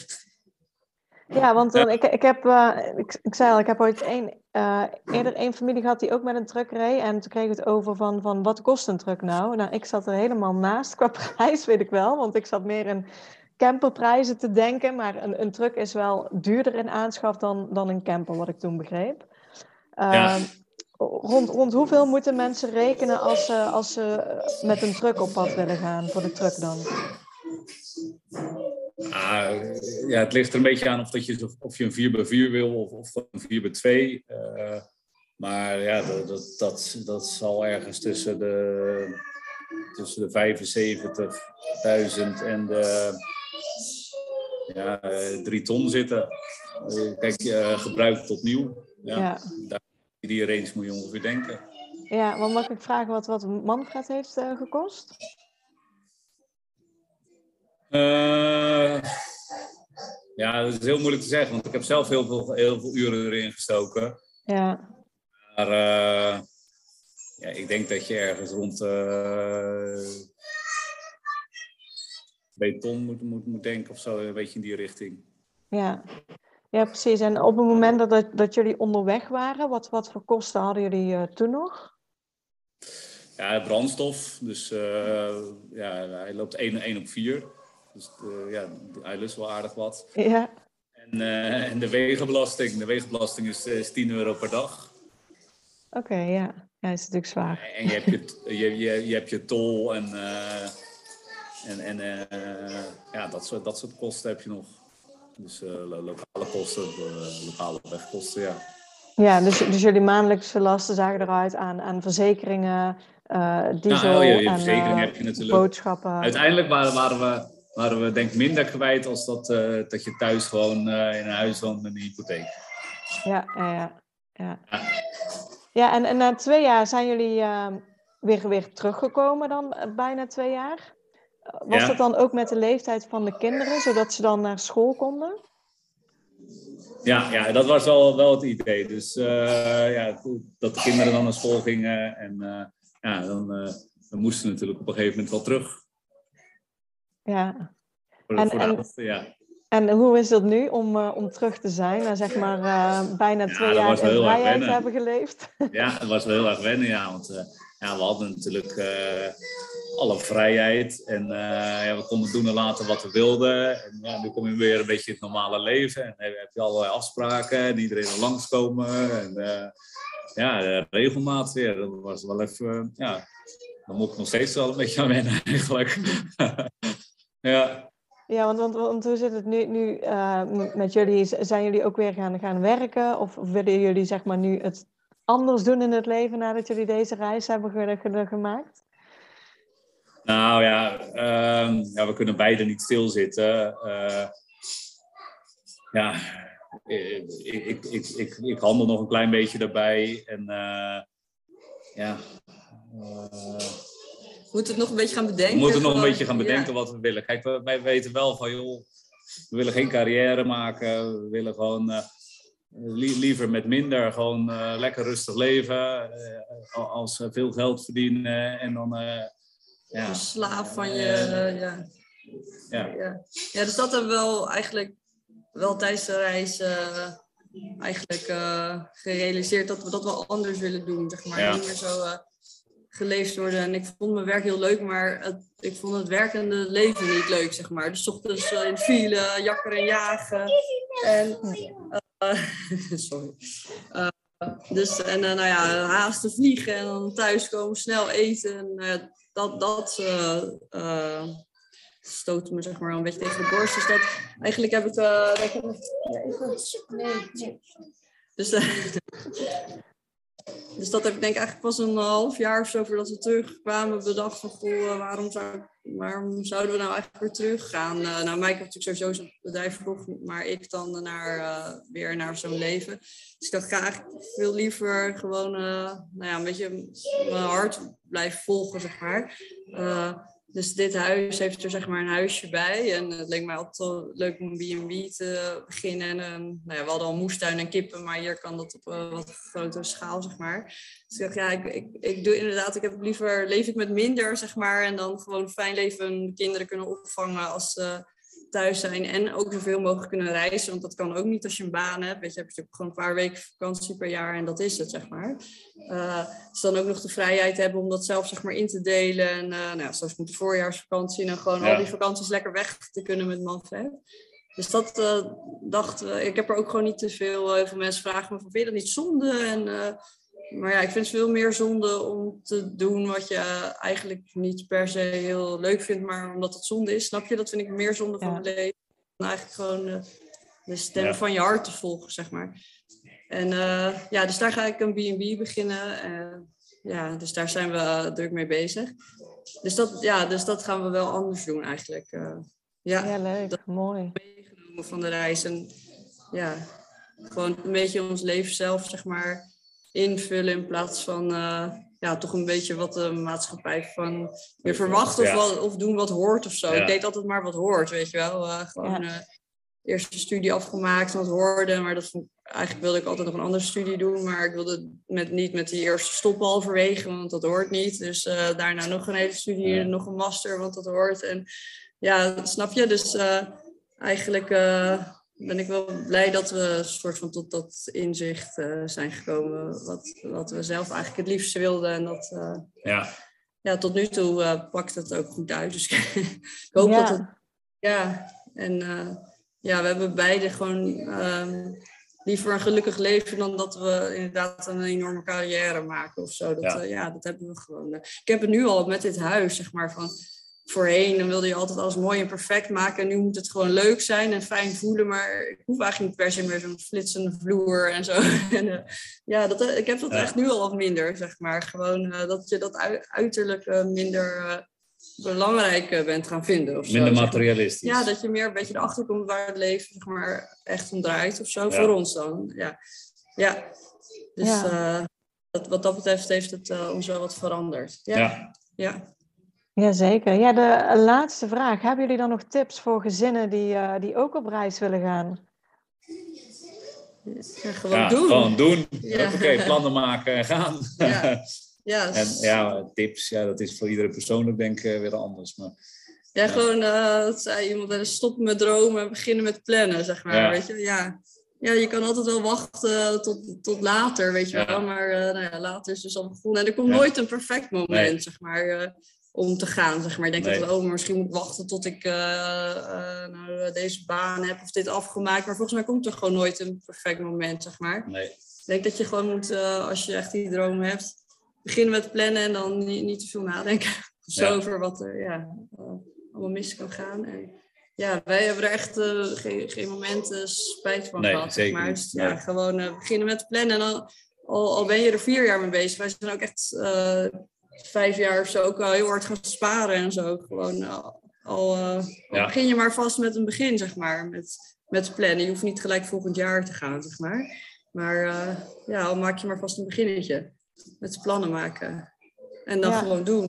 Ja, want uh, ik, ik heb, uh, ik, ik zei al, ik heb ooit een, uh, eerder één familie gehad die ook met een truck reed. En toen kreeg ik het over van, van wat kost een truck nou? Nou, ik zat er helemaal naast qua prijs, weet ik wel. Want ik zat meer in camperprijzen te denken. Maar een, een truck is wel duurder in aanschaf dan, dan een camper, wat ik toen begreep. Uh, ja. rond, rond hoeveel moeten mensen rekenen als ze, als ze met een truck op pad willen gaan, voor de truck dan? Ah, ja, het ligt er een beetje aan of, dat je, of je een vier bij vier wil of, of een vier bij twee. Uh, maar ja, dat, dat, dat, dat zal ergens tussen de, tussen de vijfenzeventigduizend en de ja, drie ton zitten. Uh, kijk, uh, gebruikt tot nieuw. Ja, ja. Daar, die range moet je ongeveer denken. Ja, maar mag ik vragen wat, wat Manfred heeft uh, gekost? Uh, Ja, dat is heel moeilijk te zeggen, want ik heb zelf heel veel, heel veel uren erin gestoken. Ja. Maar uh, ja, ik denk dat je ergens rond uh, beton moet, moet, moet denken of zo, een beetje in die richting. Ja. Ja, precies. En op het moment dat, dat, dat jullie onderweg waren, wat, wat voor kosten hadden jullie uh, toen nog? Ja, brandstof. Dus uh, ja, hij loopt één op vier. Dus uh, ja, hij lust wel aardig wat. Ja. En, uh, en de wegenbelasting. De wegenbelasting is, is tien euro per dag. Oké, okay, ja. Ja, dat is natuurlijk zwaar. En je hebt je, je, je, je, hebt je tol en, uh, en, en uh, ja, dat soort, dat soort kosten heb je nog. Dus uh, lokale kosten, uh, lokale wegkosten, ja. Ja, dus, dus jullie maandelijkse lasten zagen eruit aan, aan verzekeringen, uh, diesel nou, je, je en verzekering uh, heb je natuurlijk. Boodschappen. Uiteindelijk waren, waren, we, waren we denk ik minder kwijt als dat, uh, dat je thuis gewoon uh, in een huis woont met een hypotheek. Ja, ja, ja. Ja, ja. ja en, en na twee jaar zijn jullie uh, weer, weer teruggekomen dan, uh, bijna twee jaar. Was ja. dat dan ook met de leeftijd van de kinderen, zodat ze dan naar school konden? Ja, ja, dat was wel, wel het idee. Dus uh, ja, dat de kinderen dan naar school gingen. En uh, ja, dan, uh, dan moesten we natuurlijk op een gegeven moment wel terug. Ja. Voor, en, voor de en, helft, ja. en hoe is het nu om, uh, om terug te zijn? Nou, zeg maar uh, bijna ja, twee jaar in vrijheid te hebben geleefd. Ja, dat was wel heel erg wennen, ja. Want uh, ja, we hadden natuurlijk uh, alle vrijheid. En uh, ja, we konden doen en laten wat we wilden. En ja, nu kom je weer een beetje in het normale leven. En dan heb je allerlei afspraken. En iedereen wil langskomen. En uh, ja, regelmaat weer. Dat was wel even... Uh, ja, daar moet ik nog steeds wel een beetje aan wennen eigenlijk. ja. Ja, want, want, want hoe zit het nu, nu uh, met jullie? Zijn jullie ook weer gaan, gaan werken? Of willen jullie zeg maar nu het anders doen in het leven nadat jullie deze reis hebben ge- gemaakt? Nou ja, uh, ja, we kunnen beide niet stilzitten. Uh, ja, ik, ik, ik, ik, ik handel nog een klein beetje daarbij. En uh, ja... Uh, We moeten het nog een beetje gaan bedenken. We moeten nog gewoon, een beetje gaan bedenken ja. wat we willen. Kijk, wij, wij weten wel van, joh, we willen geen carrière maken. We willen gewoon uh, li- liever met minder gewoon uh, lekker rustig leven. Uh, als uh, veel geld verdienen en dan... Uh, ja. Een slaaf van je... Uh, ja. Ja. Ja. Ja, dus dat hebben we wel eigenlijk wel tijdens de reis uh, eigenlijk uh, gerealiseerd dat we dat wel anders willen doen. Zeg maar. Ja. Niet meer zo... Uh, geleefd worden. En ik vond mijn werk heel leuk, maar het, ik vond het werkende leven niet leuk, zeg maar. Dus 's ochtends uh, in file, jakkeren en jagen. En, uh, sorry. Uh, dus, en uh, nou ja, haasten vliegen en dan thuiskomen, snel eten. En uh, dat, dat uh, uh, stootte me, zeg maar, een beetje tegen de borst. Dus dat, eigenlijk heb ik... Uh, dat ik even, nee, nee. Dus... Uh, Dus dat heb ik denk ik eigenlijk pas een half jaar of zo voordat we terugkwamen bedacht van goh, waarom, zou, waarom zouden we nou eigenlijk weer teruggaan? Uh, nou, Mike heeft natuurlijk sowieso zijn bedrijf verkocht, maar ik dan naar, uh, weer naar zo'n leven. Dus ik dacht, ik ga eigenlijk veel liever gewoon uh, nou ja, een beetje mijn hart blijven volgen, zeg maar. Uh, Dus dit huis heeft er zeg maar een huisje bij. En het leek mij altijd wel leuk om een B en B te beginnen. En, um, nou ja, we hadden al moestuin en kippen, maar hier kan dat op een wat grotere schaal, zeg maar. Dus ik dacht, ja, ik, ik, ik doe inderdaad, ik heb liever, leef ik met minder, zeg maar. En dan gewoon fijn leven, kinderen kunnen opvangen als ze thuis zijn. En ook zoveel mogelijk kunnen reizen, want dat kan ook niet als je een baan hebt. Weet je, heb je natuurlijk gewoon een paar weken vakantie per jaar en dat is het, zeg maar. Uh, dus dan ook nog de vrijheid hebben om dat zelf, zeg maar, in te delen. En uh, nou ja, zoals met de voorjaarsvakantie en dan gewoon ja. al die vakanties lekker weg te kunnen met Manfred. Dus dat uh, dacht uh, ik heb er ook gewoon niet te veel. Heel veel mensen vragen me van, vind je dat niet zonde? En, uh, maar ja, ik vind het veel meer zonde om te doen wat je uh, eigenlijk niet per se heel leuk vindt, maar omdat het zonde is. Snap je? Dat vind ik meer zonde ja. van mijn leven. Dan eigenlijk gewoon uh, de stem ja. van je hart te volgen, zeg maar. En uh, ja, dus daar ga ik een B en B beginnen. Uh, ja, dus daar zijn we uh, druk mee bezig. Dus dat, ja, dus dat gaan we wel anders doen eigenlijk. Uh, ja, ja, leuk. Dat mooi. Meegenomen van de reis. En ja, gewoon een beetje ons leven zelf, zeg maar, invullen in plaats van uh, ja, toch een beetje wat de maatschappij van weer verwacht of, ja. wat, of doen wat hoort of zo. Ja. Ik deed altijd maar wat hoort, weet je wel. Uh, gewoon... Ja. Uh, eerste studie afgemaakt van het hoorde. Maar dat vond, eigenlijk wilde ik altijd nog een andere studie doen. Maar ik wilde met, niet met die eerste stoppen halverwege, want dat hoort niet. Dus uh, daarna nog een hele studie, ja. nog een master, want dat hoort. En ja, snap je? Dus uh, eigenlijk uh, ben ik wel blij dat we een soort van tot dat inzicht uh, zijn gekomen. Wat, wat we zelf eigenlijk het liefste wilden. En dat, uh, ja. ja, tot nu toe uh, pakt het ook goed uit. Dus ik hoop ja. dat het... Ja, en uh, ja, we hebben beide gewoon um, liever een gelukkig leven dan dat we inderdaad een enorme carrière maken of zo. Dat, ja. Uh, ja, dat hebben we gewoon. Uh, ik heb het nu al met dit huis, zeg maar, van voorheen, dan wilde je altijd alles mooi en perfect maken. En nu moet het gewoon leuk zijn en fijn voelen, maar ik hoef eigenlijk niet per se meer zo'n flitsende vloer en zo. en, uh, ja, dat, uh, ik heb dat ja. echt nu al wat minder, zeg maar. Gewoon uh, dat je dat u- uiterlijk uh, minder... Uh, belangrijk bent gaan vinden. Of Minder zo, materialistisch. Zeg maar. Ja, dat je meer een beetje erachter komt waar het leven zeg maar, echt om draait of zo. Ja. Voor ons dan. Ja, ja. Dus ja. Uh, dat, wat dat betreft heeft het uh, ons wel wat veranderd. Ja. Ja. Ja. Jazeker. Ja, de laatste vraag. Hebben jullie dan nog tips voor gezinnen die, uh, die ook op reis willen gaan? Ja, gewoon ja, doen. Gewoon doen. Ja. Oké, okay, plannen maken en gaan. Ja. Ja, en ja, tips, ja, dat is voor iedereen persoonlijk denk ik weer anders. Maar, ja, ja, gewoon, uh, dat zei iemand, stoppen met dromen en beginnen met plannen, zeg maar, ja. weet je. Ja. ja, je kan altijd wel wachten tot, tot later, weet je ja. wel, maar uh, nou ja, later is dus al begonnen. En er komt ja. nooit een perfect moment, nee. zeg maar, uh, om te gaan, zeg maar. Ik denk nee. dat, oh, maar misschien moet ik wachten tot ik uh, uh, nou, deze baan heb of dit afgemaakt. Maar volgens mij komt er gewoon nooit een perfect moment, zeg maar. Nee. Ik denk dat je gewoon moet, uh, als je echt die droom hebt, beginnen met plannen en dan niet, niet te veel nadenken zo ja. over wat er ja, uh, allemaal mis kan gaan. En ja, wij hebben er echt uh, geen, geen momenten spijt van nee, gehad. Zeker maar niet. dus, ja, nee. gewoon uh, beginnen met plannen. En dan, al, al ben je er vier jaar mee bezig. Wij zijn ook echt uh, vijf jaar of zo ook al heel hard gaan sparen en zo. Gewoon uh, al, uh, al ja. begin je maar vast met een begin, zeg maar. Met, met plannen. Je hoeft niet gelijk volgend jaar te gaan, zeg maar. Maar uh, ja, al maak je maar vast een beginnetje. Met plannen maken. En dan ja. gewoon doen.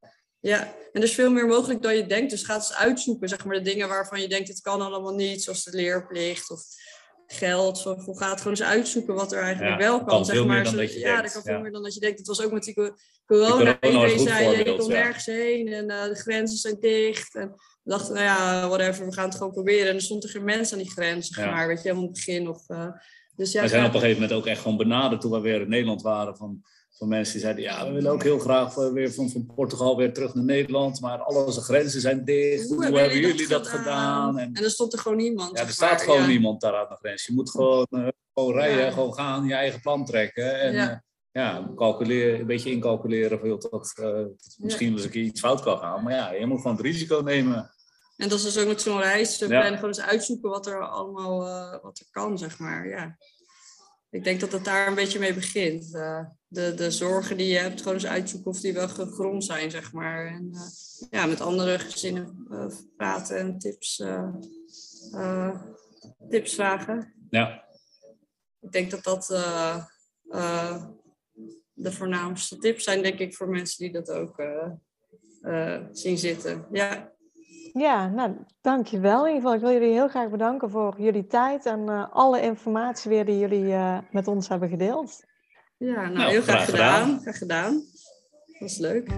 Ja, en er is veel meer mogelijk dan je denkt. Dus ga eens uitzoeken, zeg maar, de dingen waarvan je denkt, het kan allemaal niet. Zoals de leerplicht of geld. Of ga het gewoon eens uitzoeken wat er eigenlijk ja, wel kan. kan zeg veel maar. meer dan Zo, dat je ja, denkt. dat kan veel ja. meer dan dat je denkt. Het was ook met die co- corona. Die corona Iedereen zei, je komt ja. nergens heen. En uh, de grenzen zijn dicht. En we dachten, nou ja, whatever, we gaan het gewoon proberen. En er stond er geen mens aan die grens, zeg ja. maar. Weet je, helemaal in het begin. Of, uh, dus ja, we zijn ga... op een gegeven moment ook echt gewoon benaderd toen we weer in Nederland waren van... Van mensen die zeiden, ja, we willen ook heel graag weer van, van Portugal weer terug naar Nederland. Maar al onze grenzen zijn dicht. Hoe, Hoe hebben jullie, jullie dat, dat gedaan? gedaan? En, en er stond er gewoon niemand. Ja, er staat maar, gewoon ja. niemand daar aan de grens. Je moet gewoon, uh, gewoon rijden, ja. gewoon gaan, je eigen plan trekken. En ja, uh, ja calculeren, een beetje incalculeren of dat uh, misschien wel eens een keer iets fout kan gaan. Maar ja, je moet gewoon het risico nemen. En dat is dus ook met zo'n reis. We ja. gewoon eens uitzoeken wat er allemaal uh, wat er kan, zeg maar. Ja. Ik denk dat het daar een beetje mee begint. Uh, de, de zorgen die je hebt, gewoon eens uitzoeken of die wel gegrond zijn, zeg maar. En uh, ja, met andere gezinnen uh, praten en tips, uh, uh, tips vragen. Ja. Ik denk dat dat uh, uh, de voornaamste tips zijn, denk ik, voor mensen die dat ook uh, uh, zien zitten. Ja. Ja, nou, dankjewel. In ieder geval, ik wil jullie heel graag bedanken voor jullie tijd en uh, alle informatie weer die jullie uh, met ons hebben gedeeld. Ja, nou, nou heel graag, graag gedaan. gedaan. Graag gedaan. Dat was leuk.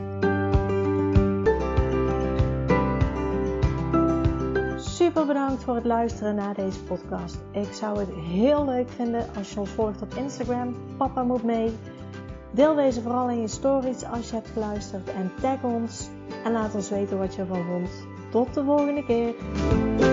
Super bedankt voor het luisteren naar deze podcast. Ik zou het heel leuk vinden als je ons volgt op Instagram. Papa moet mee. Deel deze vooral in je stories als je hebt geluisterd en tag ons. En laat ons weten wat je ervan vond. Tot de volgende keer.